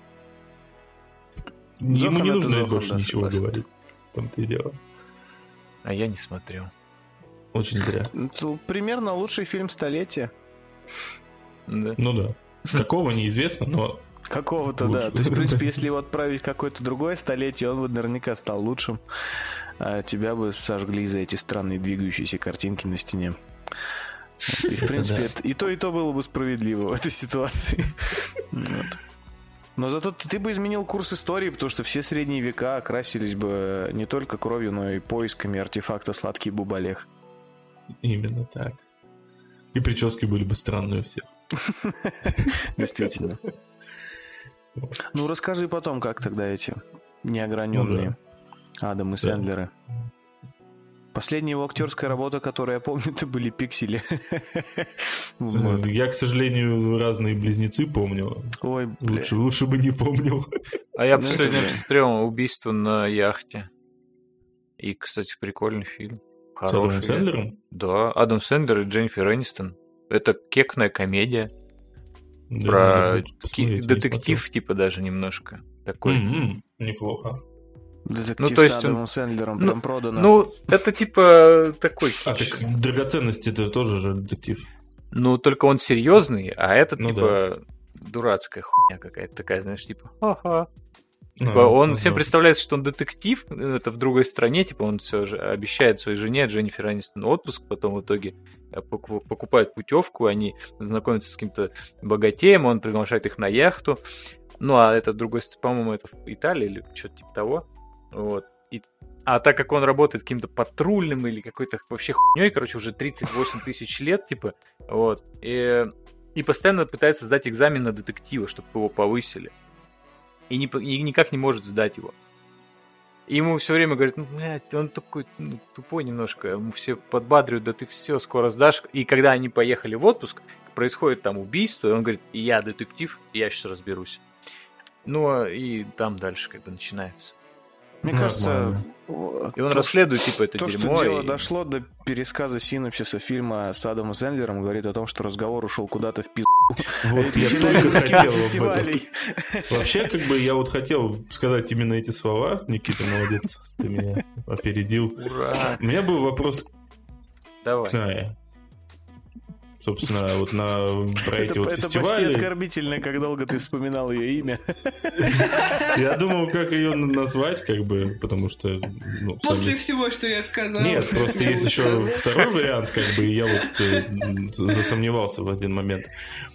ему не нужно больше ничего говорить. Там-то и дело. А я не смотрел. Очень зря. Это примерно лучший фильм столетия. Да. Ну да. Какого неизвестно, но... Какого-то, да. То есть, в принципе, если его отправить в какое-то другое столетие, он бы наверняка стал лучшим. А тебя бы сожгли за эти странные двигающиеся картинки на стене. И, в принципе, и то было бы справедливо в этой ситуации. Но зато ты бы изменил курс истории, потому что все средние века окрасились бы не только кровью, но и поисками артефакта «Сладкий Бубалех». Именно так. И прически были бы странные у всех. Действительно. Ну, расскажи потом, как тогда эти неограненные Адам и Сэндлеры. Последняя его актерская работа, которую я помню, это были «Пиксели». Я, к сожалению, «Разные близнецы» помню. Ой, лучше бы не помнил. А я последним посмотрел «Убийство на яхте». И, кстати, прикольный фильм. С Адамом Сэндлером? Да, Адам Сэндлер и Дженнифер Энистон. Это кекная комедия. Про детектив, типа, даже немножко. Такой. Неплохо. Детектив с Адамом Сэндлером прям продано. Ну, это типа такой... А так драгоценности это тоже же детектив. Ну, только он серьезный, а это типа дурацкая хуйня какая-то такая, знаешь, типа ха-ха. Типа, он всем представляется, что он детектив, это в другой стране, типа он все же обещает своей жене Дженнифер Энистон отпуск, потом в итоге покупает путевку, они знакомятся с каким-то богатеем, он приглашает их на яхту. Ну, а это другой, по-моему, это в Италии или что-то типа того. Вот. А так как он работает каким-то патрульным или какой-то вообще хуйней, короче, уже 38 тысяч лет, типа, вот, и постоянно пытается сдать экзамен на детектива, чтобы его повысили. И никак не может сдать его. И ему все время говорят, блядь, он такой тупой немножко, ему все подбадривают, да ты все, скоро сдашь. И когда они поехали в отпуск, происходит там убийство, и он говорит, я детектив, я сейчас разберусь. Ну, и там дальше как бы начинается. Мне кажется... И он расследует, типа, это дерьмо. То, что дело дошло до пересказа синопсиса фильма с Адамом Сэндлером, говорит о том, что разговор ушел куда-то в пизду. Вот я только хотел об этом. Вообще, как бы, я вот хотел сказать именно эти слова. Никита, молодец, ты меня опередил. Ура! У меня был вопрос Давай. к Нае. Собственно, вот про эти вот фестивали. Это почти оскорбительно, как долго ты вспоминал ее имя. Я думал, как ее назвать, как бы, потому что... После всего, что я сказал. Нет, просто есть еще второй вариант, как бы, и я вот засомневался в один момент.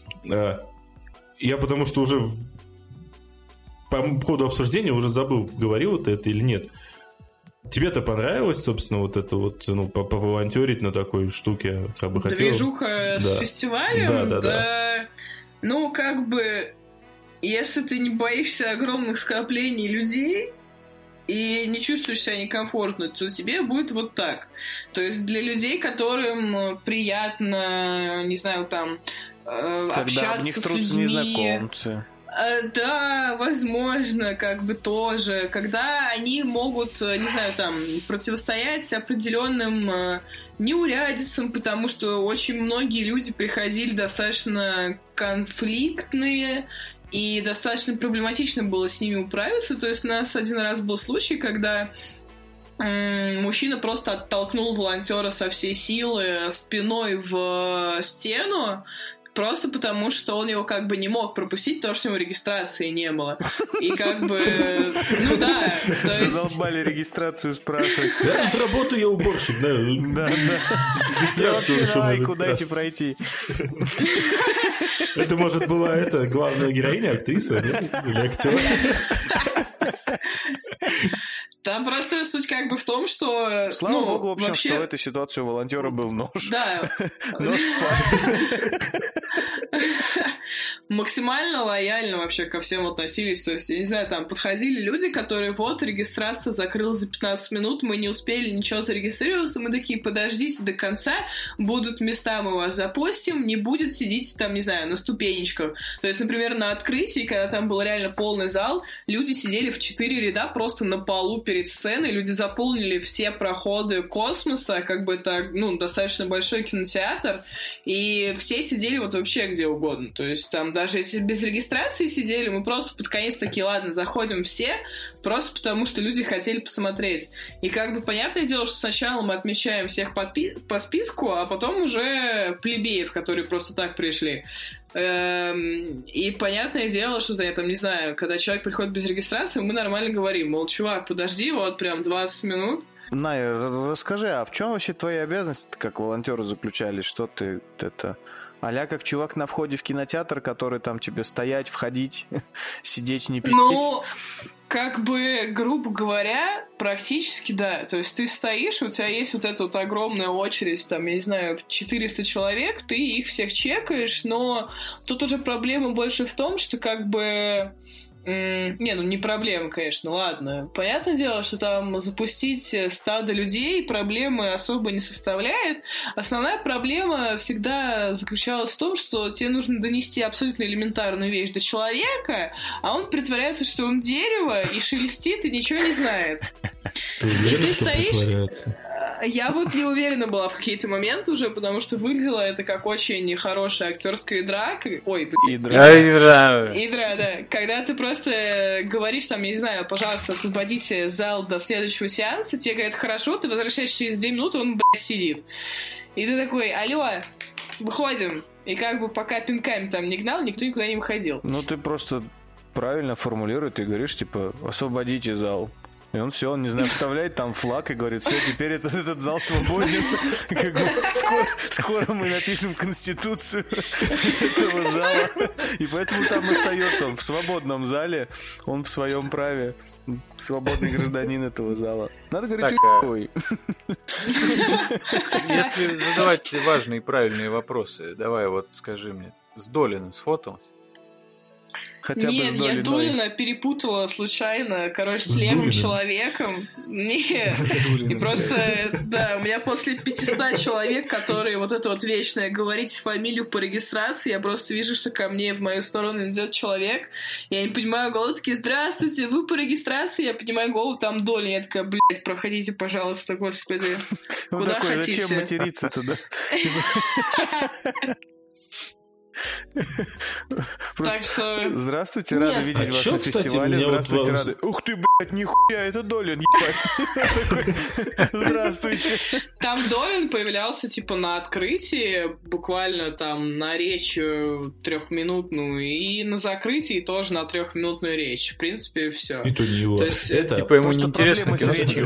Я потому что уже по ходу обсуждения уже забыл, говорил это или нет. Тебе-то понравилось, собственно, вот это вот, поволонтерить на такой штуке, как бы хотел? Движуха с фестивалем? Да. Ну, как бы, если ты не боишься огромных скоплений людей и не чувствуешь себя некомфортно, то тебе будет вот так. То есть для людей, которым приятно, не знаю, там, общаться с людьми... незнакомцы. Да, возможно, как бы тоже. Когда они могут, не знаю, там, противостоять определенным неурядицам, потому что очень многие люди приходили достаточно конфликтные, и достаточно проблематично было с ними управиться. То есть у нас один раз был случай, когда мужчина просто оттолкнул волонтера со всей силы спиной в стену, просто потому, что он его как бы не мог пропустить, потому что у него регистрации не было. И как бы, ну да. Задолбали регистрацию спрашивать. Да, тут работаю я уборщик, да. Я вообще на Айку дайте пройти. Это, может, была главная героиня, актриса, или актер? Там просто суть как бы в том, что... Слава богу, в общем, что в этой ситуации у волонтера был нож. Да. Нож спас. Максимально лояльно вообще ко всем относились. То есть, я не знаю, там подходили люди, которые вот, регистрация закрылась за 15 минут, мы не успели ничего зарегистрироваться, мы такие, подождите до конца, будут места, мы вас запустим, не будет сидеть там, не знаю, на ступенечках. То есть, например, на открытии, когда там был реально полный зал, люди сидели в 4 ряда просто на полу перед сценой, люди заполнили все проходы космоса, как бы это, ну, достаточно большой кинотеатр, и все сидели вот вообще где угодно. То есть, там даже если без регистрации сидели, мы просто под конец такие, ладно, заходим все, просто потому что люди хотели посмотреть. И как бы понятное дело, что сначала мы отмечаем всех по списку, а потом уже плебеев, которые просто так пришли. И понятное дело, что я там, не знаю, когда человек приходит без регистрации, мы нормально говорим, мол, чувак, подожди, вот прям 20 минут. Найя, расскажи, а в чем вообще твои обязанности как волонтеру заключались? Что ты это... А-ля как чувак на входе в кинотеатр, который там тебе стоять, входить, сидеть, не пиздеть? Ну, как бы, грубо говоря, практически да. То есть ты стоишь, у тебя есть вот эта вот огромная очередь, там, я не знаю, 400 человек, ты их всех чекаешь, но тут уже проблема больше в том, что как бы... Не, ну не проблема, конечно, ладно. Понятное дело, что там запустить стадо людей проблемы особо не составляет. Основная проблема всегда заключалась в том, что тебе нужно донести абсолютно элементарную вещь до человека, а он притворяется, что он дерево, и шелестит, и ничего не знает. Ты уверена, ты что стоишь... притворяется? Я вот не уверена была в какие-то моменты уже, потому что выглядело это как очень хорошая актерская игра. Ой, Идра, да. Когда ты просто говоришь там, я не знаю, пожалуйста, освободите зал до следующего сеанса, тебе говорят, хорошо, ты возвращаешься через 2 минуты, он, блядь, сидит. И ты такой, алло, выходим. И как бы пока пинками там не гнал, никто никуда не выходил. Ну, ты просто правильно формулируешь, ты говоришь, типа, освободите зал. И он все, он, не знаю, вставляет там флаг и говорит, все, теперь этот зал свободен. Скоро мы напишем конституцию этого зала. И поэтому там остается он в свободном зале, он в своем праве. Свободный гражданин этого зала. Надо говорить, ой. Если задавать важные и правильные вопросы, давай вот скажи мне, с Долиным сфоталась? Хотя Нет, бы с я Долина перепутала случайно, короче, с левым человеком. Нет. И просто, да, у меня после 500 человек, которые вот это вот вечное говорить фамилию по регистрации, я просто вижу, что ко мне в мою сторону идет человек, я не понимаю голову, такие, здравствуйте, вы по регистрации, я поднимаю голову, там Долина, я такая, блядь, проходите, пожалуйста, господи, куда хотите. Зачем материться-то, да? Так что... Здравствуйте, рады видеть вас на фестивале. Здравствуйте, рады. Ух ты, блядь, нихуя, это Долин, ебать. Здравствуйте. Там Долин появлялся, типа, на открытии, буквально там на речь 3-минутную, и на закрытии тоже на 3-минутную речь. В принципе, все. И то не его. То есть, это типа ему неинтересно с речью.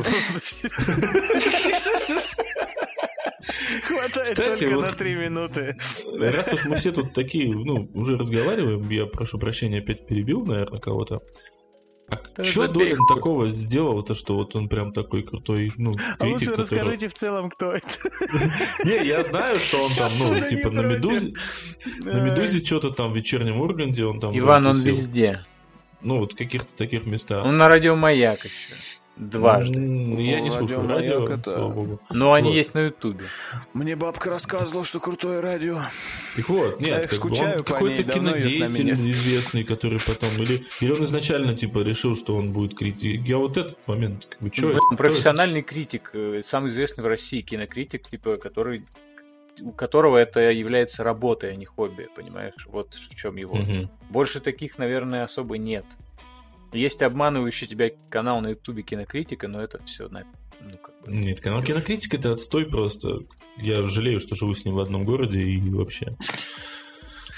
Хватает Кстати, только вот на 3 минуты. Раз уж мы все тут такие, ну, уже разговариваем, я прошу прощения, опять перебил, наверное, кого-то. А что Долин такого сделал-то, что вот он прям такой крутой, ну, критик? А лучше расскажите в целом, кто это. Не, я знаю, что он там, ну, типа на Медузе что-то там, в вечернем Урганте он там... Иван, он везде. Ну, вот в каких-то таких местах. Он на радио «Маяк» еще. Дважды. Я не слушаю радио, слава богу. Но они есть на Ютубе. Мне бабка рассказывала, что крутое радио. Так вот, нет, как бы он какой-то кинодеятель известный, который потом... Или он изначально, типа, решил, что он будет критик. Я вот этот момент, как бы, что... Он профессиональный критик, самый известный в России кинокритик, типа, у которого это является работой, а не хобби, понимаешь? Вот в чем его. Больше таких, наверное, особо нет. Есть обманывающий тебя канал на Ютубе Кинокритика, но это все Нет, канал Кинокритика это отстой просто. Я жалею, что живу с ним в одном городе и вообще.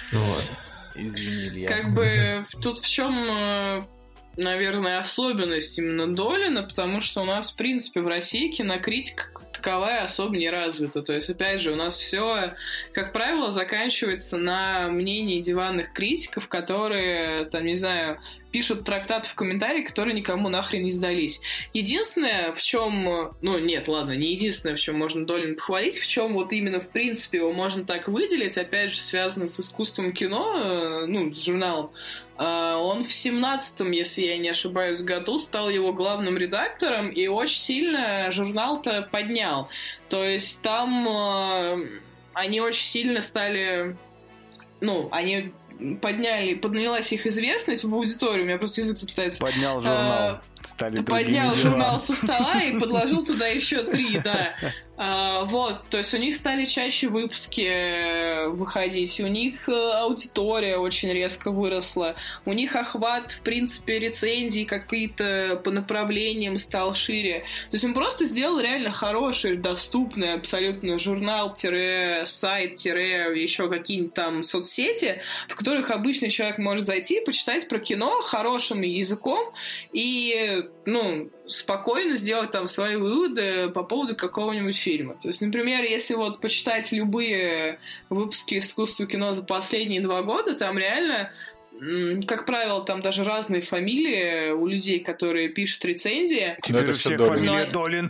Вот. Извини, Илья. Как бы тут в чем, наверное, особенность именно Долина, потому что у нас, в принципе, в России кинокритика таковая особо не развита. То есть, опять же, у нас все, как правило, заканчивается на мнении диванных критиков, которые, там, не знаю, пишут трактаты в комментарии, которые никому нахрен не сдались. Единственное, в чем... Ну, нет, ладно, не единственное, в чем можно Долин похвалить, в чем вот именно, в принципе, его можно так выделить, опять же, связано с искусством кино, ну, с журналом. Он в 17-м, если я не ошибаюсь, году стал его главным редактором, и очень сильно журнал-то поднял. То есть там они очень сильно стали... Ну, они... поднялась их известность в аудитории, у меня просто язык заплетается. Поднял журнал. Поднял журнал со стола и подложил туда еще 3, да. Вот, то есть у них стали чаще выпуски выходить, у них аудитория очень резко выросла, у них охват, в принципе, рецензий какие-то по направлениям стал шире. То есть он просто сделал реально хороший, доступный абсолютно журнал-сайт, еще какие-нибудь там соцсети, в которых обычный человек может зайти и почитать про кино хорошим языком и, ну, спокойно сделать там свои выводы по поводу какого-нибудь фильма. То есть, например, если вот почитать любые выпуски искусства кино за последние 2 года, там реально, как правило, там даже разные фамилии у людей, которые пишут рецензии. Теперь у всех фамилия Долин.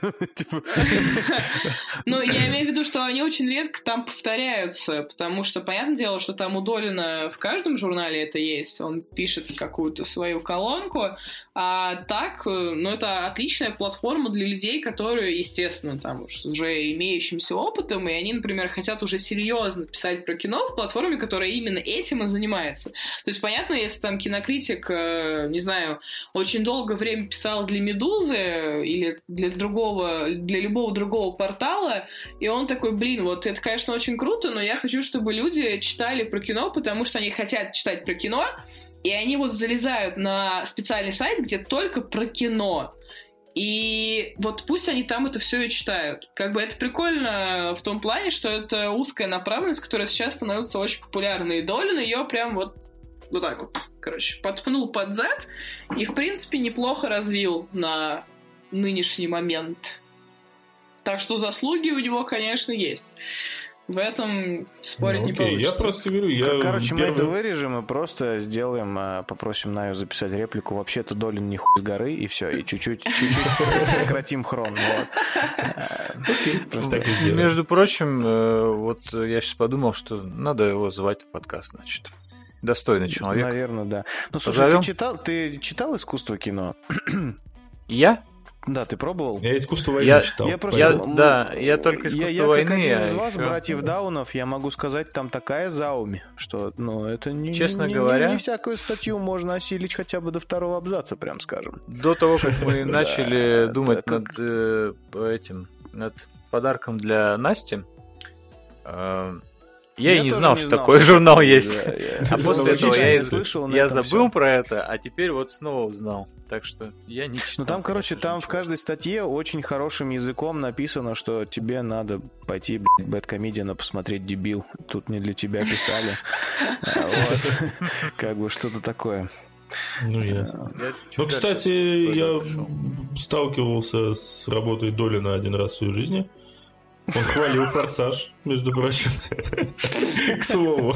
Ну, я имею в виду, что они очень редко там повторяются, потому что, понятное дело, что там у Долина в каждом журнале это есть, он пишет какую-то свою колонку, а так, ну, это отличная платформа для людей, которые, естественно, там уже имеющимся опытом, и они, например, хотят уже серьезно писать про кино в платформе, которая именно этим и занимается. То есть, понятно, если там кинокритик, не знаю, очень долгое время писал для «Медузы» или для любого другого портала, и он такой, блин, вот это, конечно, очень круто, но я хочу, чтобы люди читали про кино, потому что они хотят читать про кино, и они вот залезают на специальный сайт, где только про кино. И вот пусть они там это все и читают. Как бы это прикольно в том плане, что это узкая направленность, которая сейчас становится очень популярной. И Долин ее прям вот так вот, короче, подпнул под зад и, в принципе, неплохо развил на нынешний момент. Так что заслуги у него, конечно, есть. В этом спорить не получится. Я просто говорю, короче, мы это вырежем и просто сделаем, попросим Наю записать реплику. Вообще-то Долин не хуй с горы, и все, и чуть-чуть сократим хрон. Между прочим, вот я сейчас подумал, что надо его звать в подкаст, значит. Достойный человек. Наверное, да. Ну, слушай, ты читал «Искусство кино»? Я? Да, ты пробовал? Я «Искусство войны» читал. Я только «Искусство войны». Я как один из вас, братьев Даунов, я могу сказать, там такая зауми, что, ну, это честно говоря, не всякую статью можно осилить хотя бы до 2-го абзаца, прям скажем. До того, как мы начали думать над подарком для Насти, я и не знал, что такой журнал есть. А после этого я забыл про это, а теперь вот снова узнал. Так что я не читал. Ну там, короче, там в каждой статье очень хорошим языком написано, что тебе надо пойти, Бэдкомедиана посмотреть, дебил. Тут не для тебя писали. Как бы что-то такое. Ну, ясно. Ну, кстати, я сталкивался с работой Долина один раз в своей жизни. Он хвалил «Форсаж», между прочим. К слову.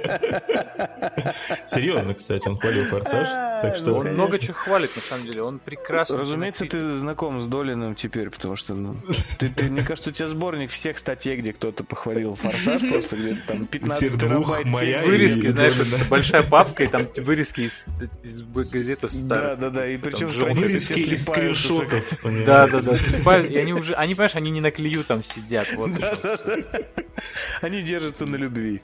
Серьезно, кстати, он хвалил «Форсаж». Так что он много чего хвалит, на самом деле. Он прекрасно. Разумеется, ты знаком с Долиным теперь, потому что, мне кажется, у тебя сборник всех статей, где кто-то похвалил «Форсаж», просто где-то там 15 терабайт текста. Вырезки, знаешь, большая папка, и там вырезки из газеты старых. Да, и причем страницы все слипаются. Да, слипают. И они, понимаешь, они не на клею там сидят. Вот. Они держатся на любви.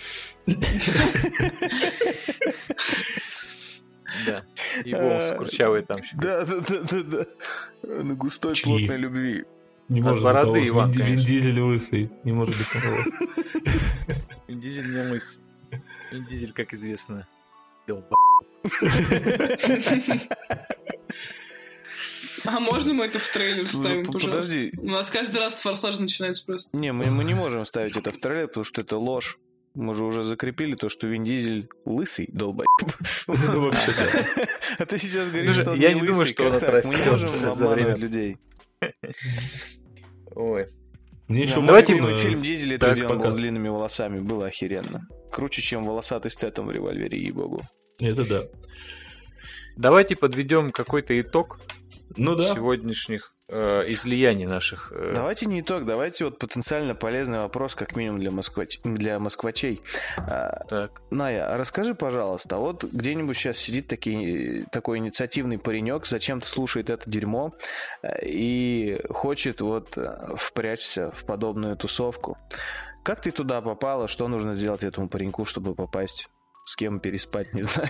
Да. И волосы курчавые там. Да. На густой плотной любви. Не может быть бороды, Иван, Вин Дизель лысый. Не может быть на волос. Вин Дизель не лысый. Вин Дизель, как известно, А можно мы это в трейлер ставим, пожалуйста? Подожди. У нас каждый раз с «Форсажа» начинается просто. Не, мы не можем ставить это в трейлер, потому что это ложь. Мы же уже закрепили то, что Вин Дизель лысый долбоеб. Ну, вообще, да. А ты сейчас говоришь, что он я не не думаю, лысый, что он как так? Мы не отрастет можем за время. обманывать людей. Ой. Мне еще Давайте мозгу фильм «Дизель», это где он был с пресс-показ. длинными волосами. Было охеренно. Круче, чем волосатый Стэттем в «Револьвере», ей-богу. Это да. Давайте подведем какой-то итог Ну да. сегодняшних излияний наших. Давайте не итог, давайте вот потенциально полезный вопрос, как минимум для москвачей. Так. Ная, а расскажи, пожалуйста, вот где-нибудь сейчас сидит такой инициативный паренек, зачем-то слушает это дерьмо и хочет вот впрячься в подобную тусовку. Как ты туда попала? Что нужно сделать этому пареньку, чтобы попасть? С кем переспать, не знаю.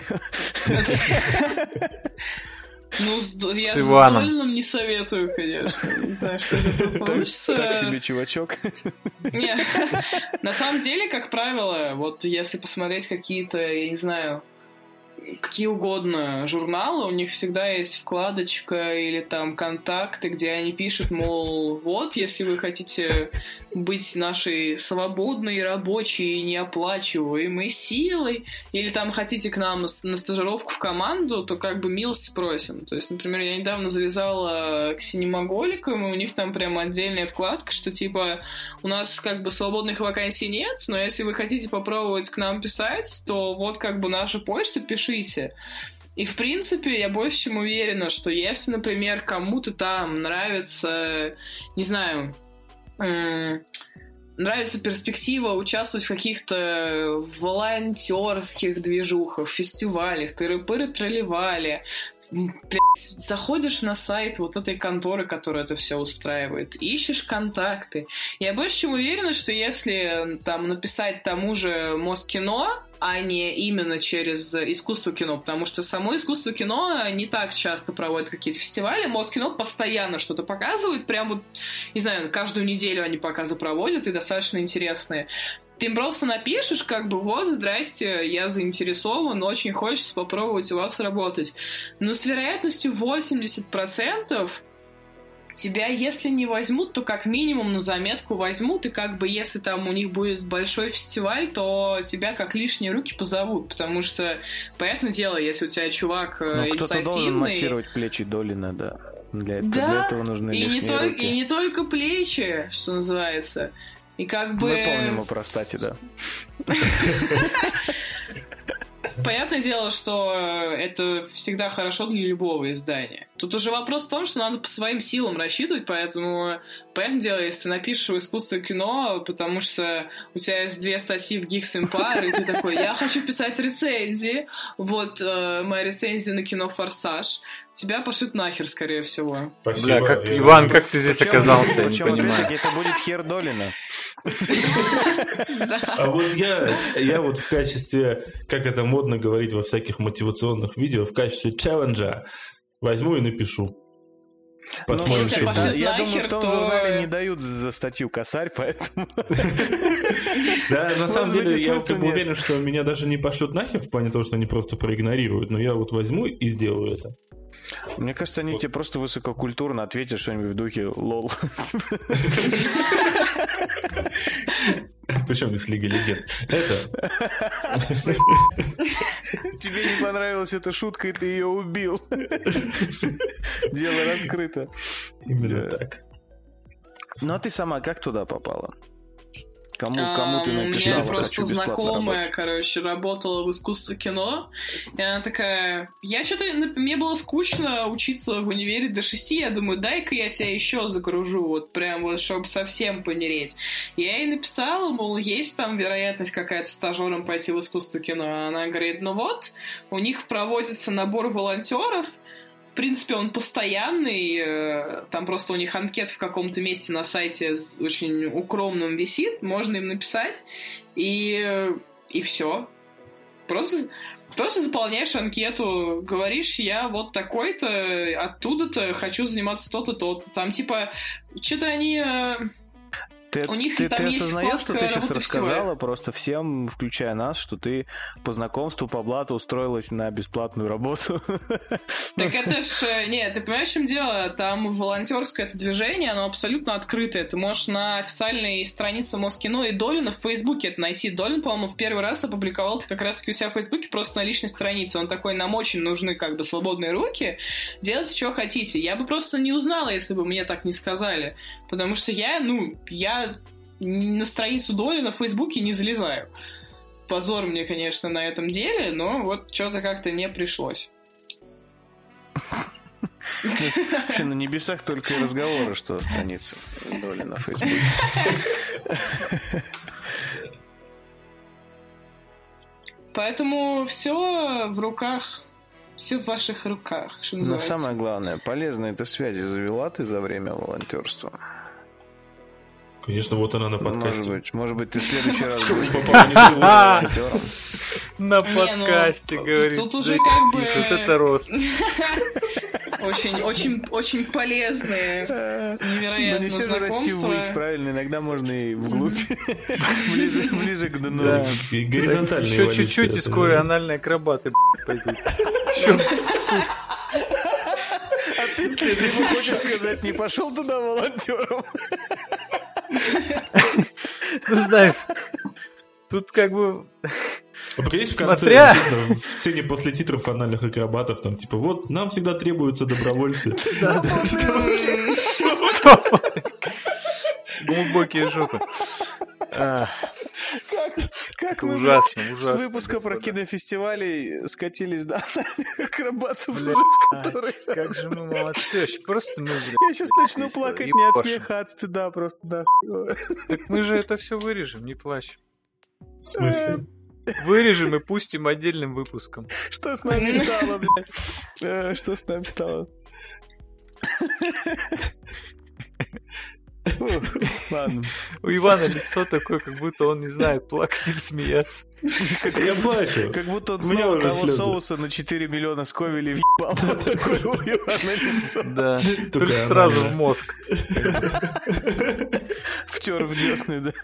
Ну, я с Иваном. Долином не советую, конечно. Не знаю, что из этого получится. Так себе чувачок. Не, на самом деле, как правило, вот если посмотреть какие-то, я не знаю, какие угодно журналы, у них всегда есть вкладочка или там контакты, где они пишут, мол, вот, если вы хотите быть нашей свободной, рабочей, неоплачиваемой силой, или там хотите к нам на стажировку в команду, то как бы милости просим. То есть, например, я недавно завязала к синемаголикам, и у них там прям отдельная вкладка, что типа у нас как бы свободных вакансий нет, но если вы хотите попробовать к нам писать, то вот как бы наша почта, пишите. И, в принципе, я больше чем уверена, что если, например, кому-то там нравится, не знаю, нравится перспектива участвовать в каких-то волонтерских движухах, фестивалях, тыры-пыры тролливали, заходишь на сайт вот этой конторы, которая это все устраивает, ищешь контакты. Я больше чем уверена, что если там написать тому же Москино, а не именно через искусство кино, потому что само искусство кино не так часто проводит какие-то фестивали. Москино постоянно что-то показывает, прям вот, не знаю, каждую неделю они показы проводят и достаточно интересные. Ты им просто напишешь, как бы, вот, здрасте, я заинтересован, очень хочется попробовать у вас работать. Но с вероятностью 80% тебя, если не возьмут, то как минимум на заметку возьмут, и как бы если там у них будет большой фестиваль, то тебя как лишние руки позовут, потому что, понятное дело, если у тебя чувак инициативный... Кто-то должен массировать плечи Долина, да. Для этого нужны лишние руки. И не только плечи, что называется. И как бы... Мы помним о простате, да. Понятное дело, что это всегда хорошо для любого издания. Тут уже вопрос в том, что надо по своим силам рассчитывать, поэтому, понятное дело, если ты напишешь искусство кино, потому что у тебя есть 2 статьи в Geeks Empire, и ты такой, я хочу писать рецензии, вот моя рецензия на кино «Форсаж», тебя пошлют нахер, скорее всего. Спасибо. Бля, Иван, как ты здесь оказался, я не Причем, понимаю. опять-таки, это будет хер Долина. А вот я вот в качестве, как это модно говорить во всяких мотивационных видео, в качестве челленджа возьму и напишу. Посмотрим, если что пошлют будет. Я думаю, нахер, в том то- журнале не дают за статью косарь, поэтому... Да, на самом Может быть, деле, и я смысла как бы нет. уверен, что меня даже не пошлют нахер в плане того, что они просто проигнорируют, но я вот возьму и сделаю это. Мне кажется, они тебе просто высококультурно ответят что-нибудь в духе «лол». Причем здесь Лига Легенд. Это... Тебе не понравилась эта шутка, и ты ее убил. Дело раскрыто. Именно так. Ну, а ты сама как туда попала? Кому ты У написала, меня хочу просто бесплатно знакомая, работать? короче, работала в искусстве кино, и она такая... Мне было скучно учиться в универе до 6, я думаю, дай-ка я себя еще загружу, вот прям вот, чтобы совсем понереть. Я ей написала, мол, есть там вероятность какая-то стажером пойти в искусство кино. Она говорит, ну вот, у них проводится набор волонтеров, в принципе, он постоянный, там просто у них анкет в каком-то месте на сайте очень укромном висит, можно им написать, и все. Просто заполняешь анкету, говоришь, я вот такой-то, оттуда-то хочу заниматься то-то, то-то. Там типа, что-то они... У них Ты там есть осознаешь, что ты вкладка сейчас «Работа в рассказала СИО». просто всем, включая нас, что ты по знакомству по блату устроилась на бесплатную работу? Так это ж... Нет, ты понимаешь, в чем дело? Там волонтерское это движение, оно абсолютно открытое. Ты можешь на официальной странице Москино и Долина в Фейсбуке это найти. Долин, по-моему, в первый раз опубликовал это как раз-таки у себя в Фейсбуке просто на личной странице. Он такой, нам очень нужны как бы свободные руки, делайте, что хотите. Я бы просто не узнала, если бы мне так не сказали. Потому что я на страницу Долина в Фейсбуке не залезаю. Позор мне, конечно, на этом деле, но вот что-то как-то не пришлось. Вообще на небесах только и разговоры, что о странице Долина в Фейсбуке. Поэтому все в руках, все в ваших руках, что Но называется. самое главное, полезные ты связи завела ты за время волонтерства. Конечно, вот она на подкасте. Может быть, ты в следующий раз будешь волонтером. На подкасте, говорит. Тут уже как бы... Вот это рост. Очень полезные, невероятно не все расти знакомства. ввысь, правильно? Иногда можно и вглубь, ближе к дну. Да. Горизонтальная Еще эволюция, чуть-чуть, и это скоро да. анальные акробаты пойдут. А ты хочешь сказать, не пошел туда волонтером? Ну, знаешь, тут как бы... А прикинь, в конце, Смотря- действительно, в сцене после титров анальных акробатов, там, типа, вот, нам всегда требуются добровольцы. Глубокие жопы. Как мы, Ужасно, блядь, ужасно. с выпуска про господа. кинофестивалей скатились до акробатов, Блядь, которые... как же мы молодцы. Вообще просто мы, блядь. Я сейчас начну плакать не от смеха, а от стыда просто, да. Так мы же это все вырежем, не плачь. В смысле? Вырежем и пустим отдельным выпуском. Что с нами стало, блядь? Что с нами стало? Фух, ладно. У Ивана лицо такое, как будто он не знает, плакать или смеяться. Я плачу. Как будто он У меня снова уже того слезы. соуса на 4 миллиона сковелей въебал. Вот такое у Ивана лицо. Да, Только только сразу анально. в мозг. Втер в десны, да.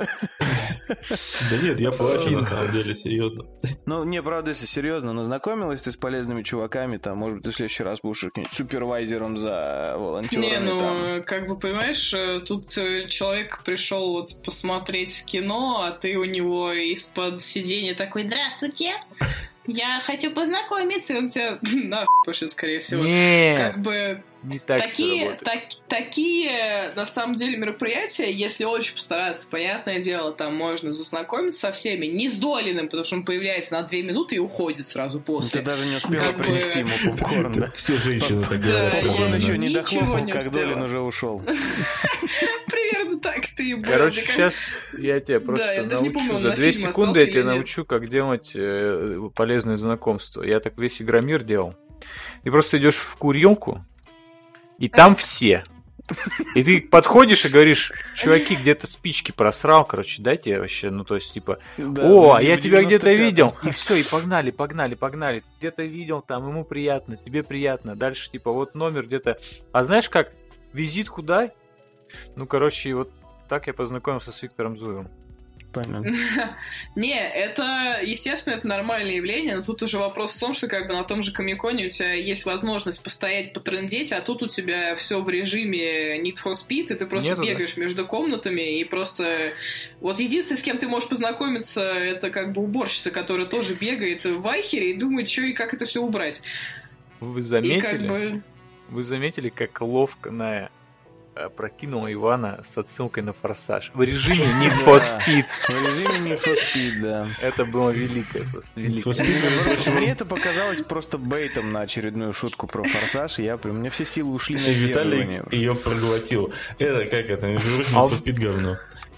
Да нет, я плачу, на самом деле, серьезно. Ну, не, правда, если серьезно, но знакомилась ты с полезными чуваками, там, может быть, ты в следующий раз будешь каким-нибудь супервайзером за волонтерами. Не, ну, там. как бы, понимаешь, тут человек пришел вот посмотреть кино, а ты у него из-под сиденья такой: «Здравствуйте, я хочу познакомиться», и он тебя нахуй пошлет, скорее всего. Не, Как бы... не так всё работает. Такие, на самом деле, мероприятия, если очень постараться, понятное дело, там можно зазнакомиться со всеми, не с Долиным, потому что он появляется на 2 минуты и уходит сразу после. Ты даже не успела Как бы- принести ему попкорн, да? Все женщины так Да, говорят. Попкорн я еще не ничего дохлопал, не как успела. Долин уже ушел. Примерно так ты и был. Короче, Да как- сейчас я тебя просто я даже не научу. помню, он За на 2 фильме секунды остался я тебя или нет. научу, как делать полезные знакомства. Я так весь Игромир делал. Ты просто идешь в курилку, и там все. И ты подходишь и говоришь: чуваки, где-то спички просрал, короче, дайте вообще, ну то есть типа, Да, о, в я тебя где-то 95-м. видел, и все, и погнали. Где-то видел, там ему приятно, тебе приятно. Дальше типа вот номер где-то. А знаешь как? Визитку дай. Ну, короче, вот так я познакомился с Виктором Зуевым. Понятно. Не, это, естественно, это нормальное явление, но тут уже вопрос в том, что как бы на том же Комиконе у тебя есть возможность постоять, потрындеть, а тут у тебя все в режиме Need for Speed, и ты просто Нету, да? бегаешь между комнатами, и просто... Вот единственное, с кем ты можешь познакомиться, это как бы уборщица, которая тоже бегает в Айхере и думает, что и как это все убрать. Вы И заметили? как бы... Вы заметили, как ловко Ная прокинула Ивана с отсылкой на «Форсаж»? В режиме Need for Да. Speed. В режиме Need for Speed, да. Это было великое, просто великое. Мне это показалось просто бейтом на очередную шутку про «Форсаж», и у меня все силы ушли на сдерживание. Виталий ее проглотил. Это как это? Между А прочим, спид говно.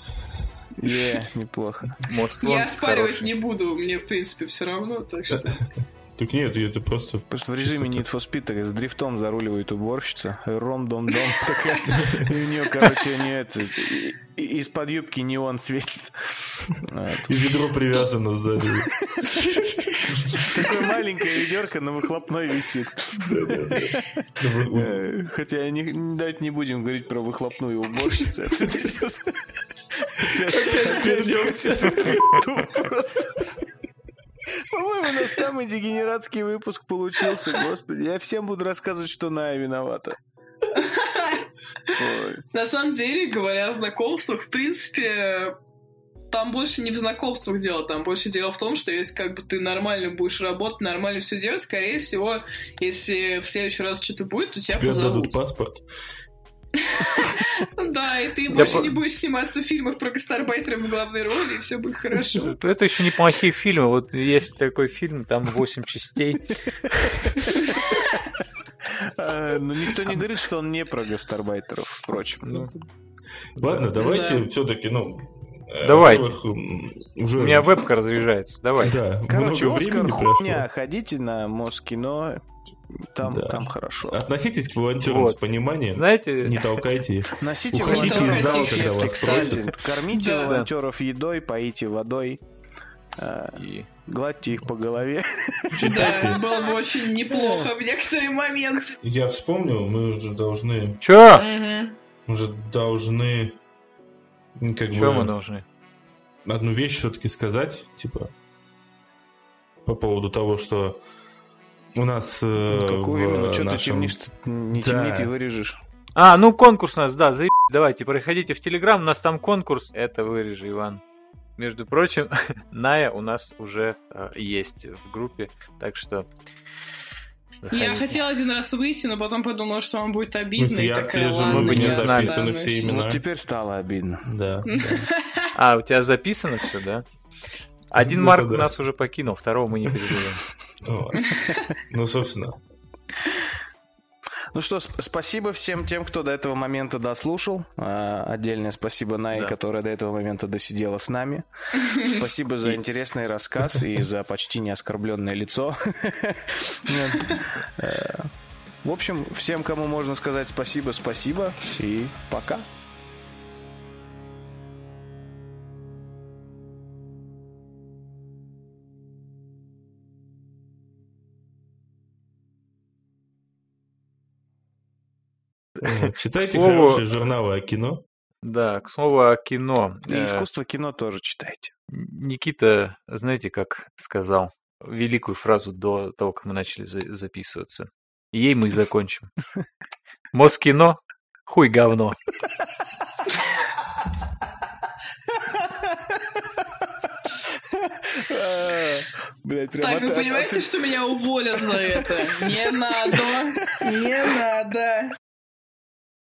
Неплохо. Most Я Wanted оспаривать хороший. не буду, мне, в принципе, все равно, так что... Так нет, это просто... Потому что в режиме Need for Speed так с дрифтом заруливает уборщица. Ром-дом-дом такая. И у нее, короче, из-под юбки неон светит. Вот. И ведро привязано сзади. Такое маленькое ведерко на выхлопной висит. Хотя давайте не будем говорить про выхлопную уборщицу. По-моему, у нас самый дегенератский выпуск получился, господи. Я всем буду рассказывать, что Ная виновата. На самом деле, говоря о знакомствах, в принципе, там больше не в знакомствах дело, там больше дело в том, что если как бы ты нормально будешь работать, нормально все делать, скорее всего, если в следующий раз что-то будет, то тебя позовут. Дадут паспорт. Да, и ты больше не будешь сниматься в фильмах про гастарбайтеров в главной роли, и все будет хорошо. Это еще неплохие фильмы. Вот есть такой фильм, там 8 частей. Но никто не говорит, что он не про гастарбайтеров, впрочем. Ладно, давайте все-таки, давайте. У меня вебка разряжается. Давай. Короче, Оскар хуйня. Ходите на Москино. Там хорошо. Относитесь к волонтерам с пониманием. Знаете, не толкайте. Носите уходите из зала, когда вас кстати, кормите волонтеров едой, поите водой. И гладьте их по голове. Да, было бы очень неплохо в некоторые моменты. Я вспомнил, мы уже должны... Чё? Мы же должны... Чё мы должны? Одну вещь все-таки сказать, типа, по поводу того, что у нас какую именно? Что ты темнишь? Не темни, ты вырежешь. Конкурс у нас, да, давайте, проходите в Телеграм, у нас там конкурс. Это вырежи, Иван. Между прочим, Ная у нас уже есть в группе, так что... Заходите. Я хотела один раз выйти, но потом подумала, что вам будет обидно. Я отслежу, мы бы не записаны все имена. Вот теперь стало обидно. Да. У тебя записано все, да? Один Марк нас уже покинул, второго мы не переживаем. Собственно... Ну что, спасибо всем тем, кто до этого момента дослушал. Отдельное спасибо Най, которая до этого момента досидела с нами. Спасибо за интересный рассказ и за почти неоскорбленное лицо. В общем, всем, кому можно сказать спасибо и пока. Читайте хорошие журналы о кино. Да, к слову о кино. И искусство кино тоже читайте. Никита, знаете, как сказал великую фразу до того, как мы начали записываться? Ей мы и закончим. Москино, хуй говно. Так, вы понимаете, что меня уволят за это? Не надо.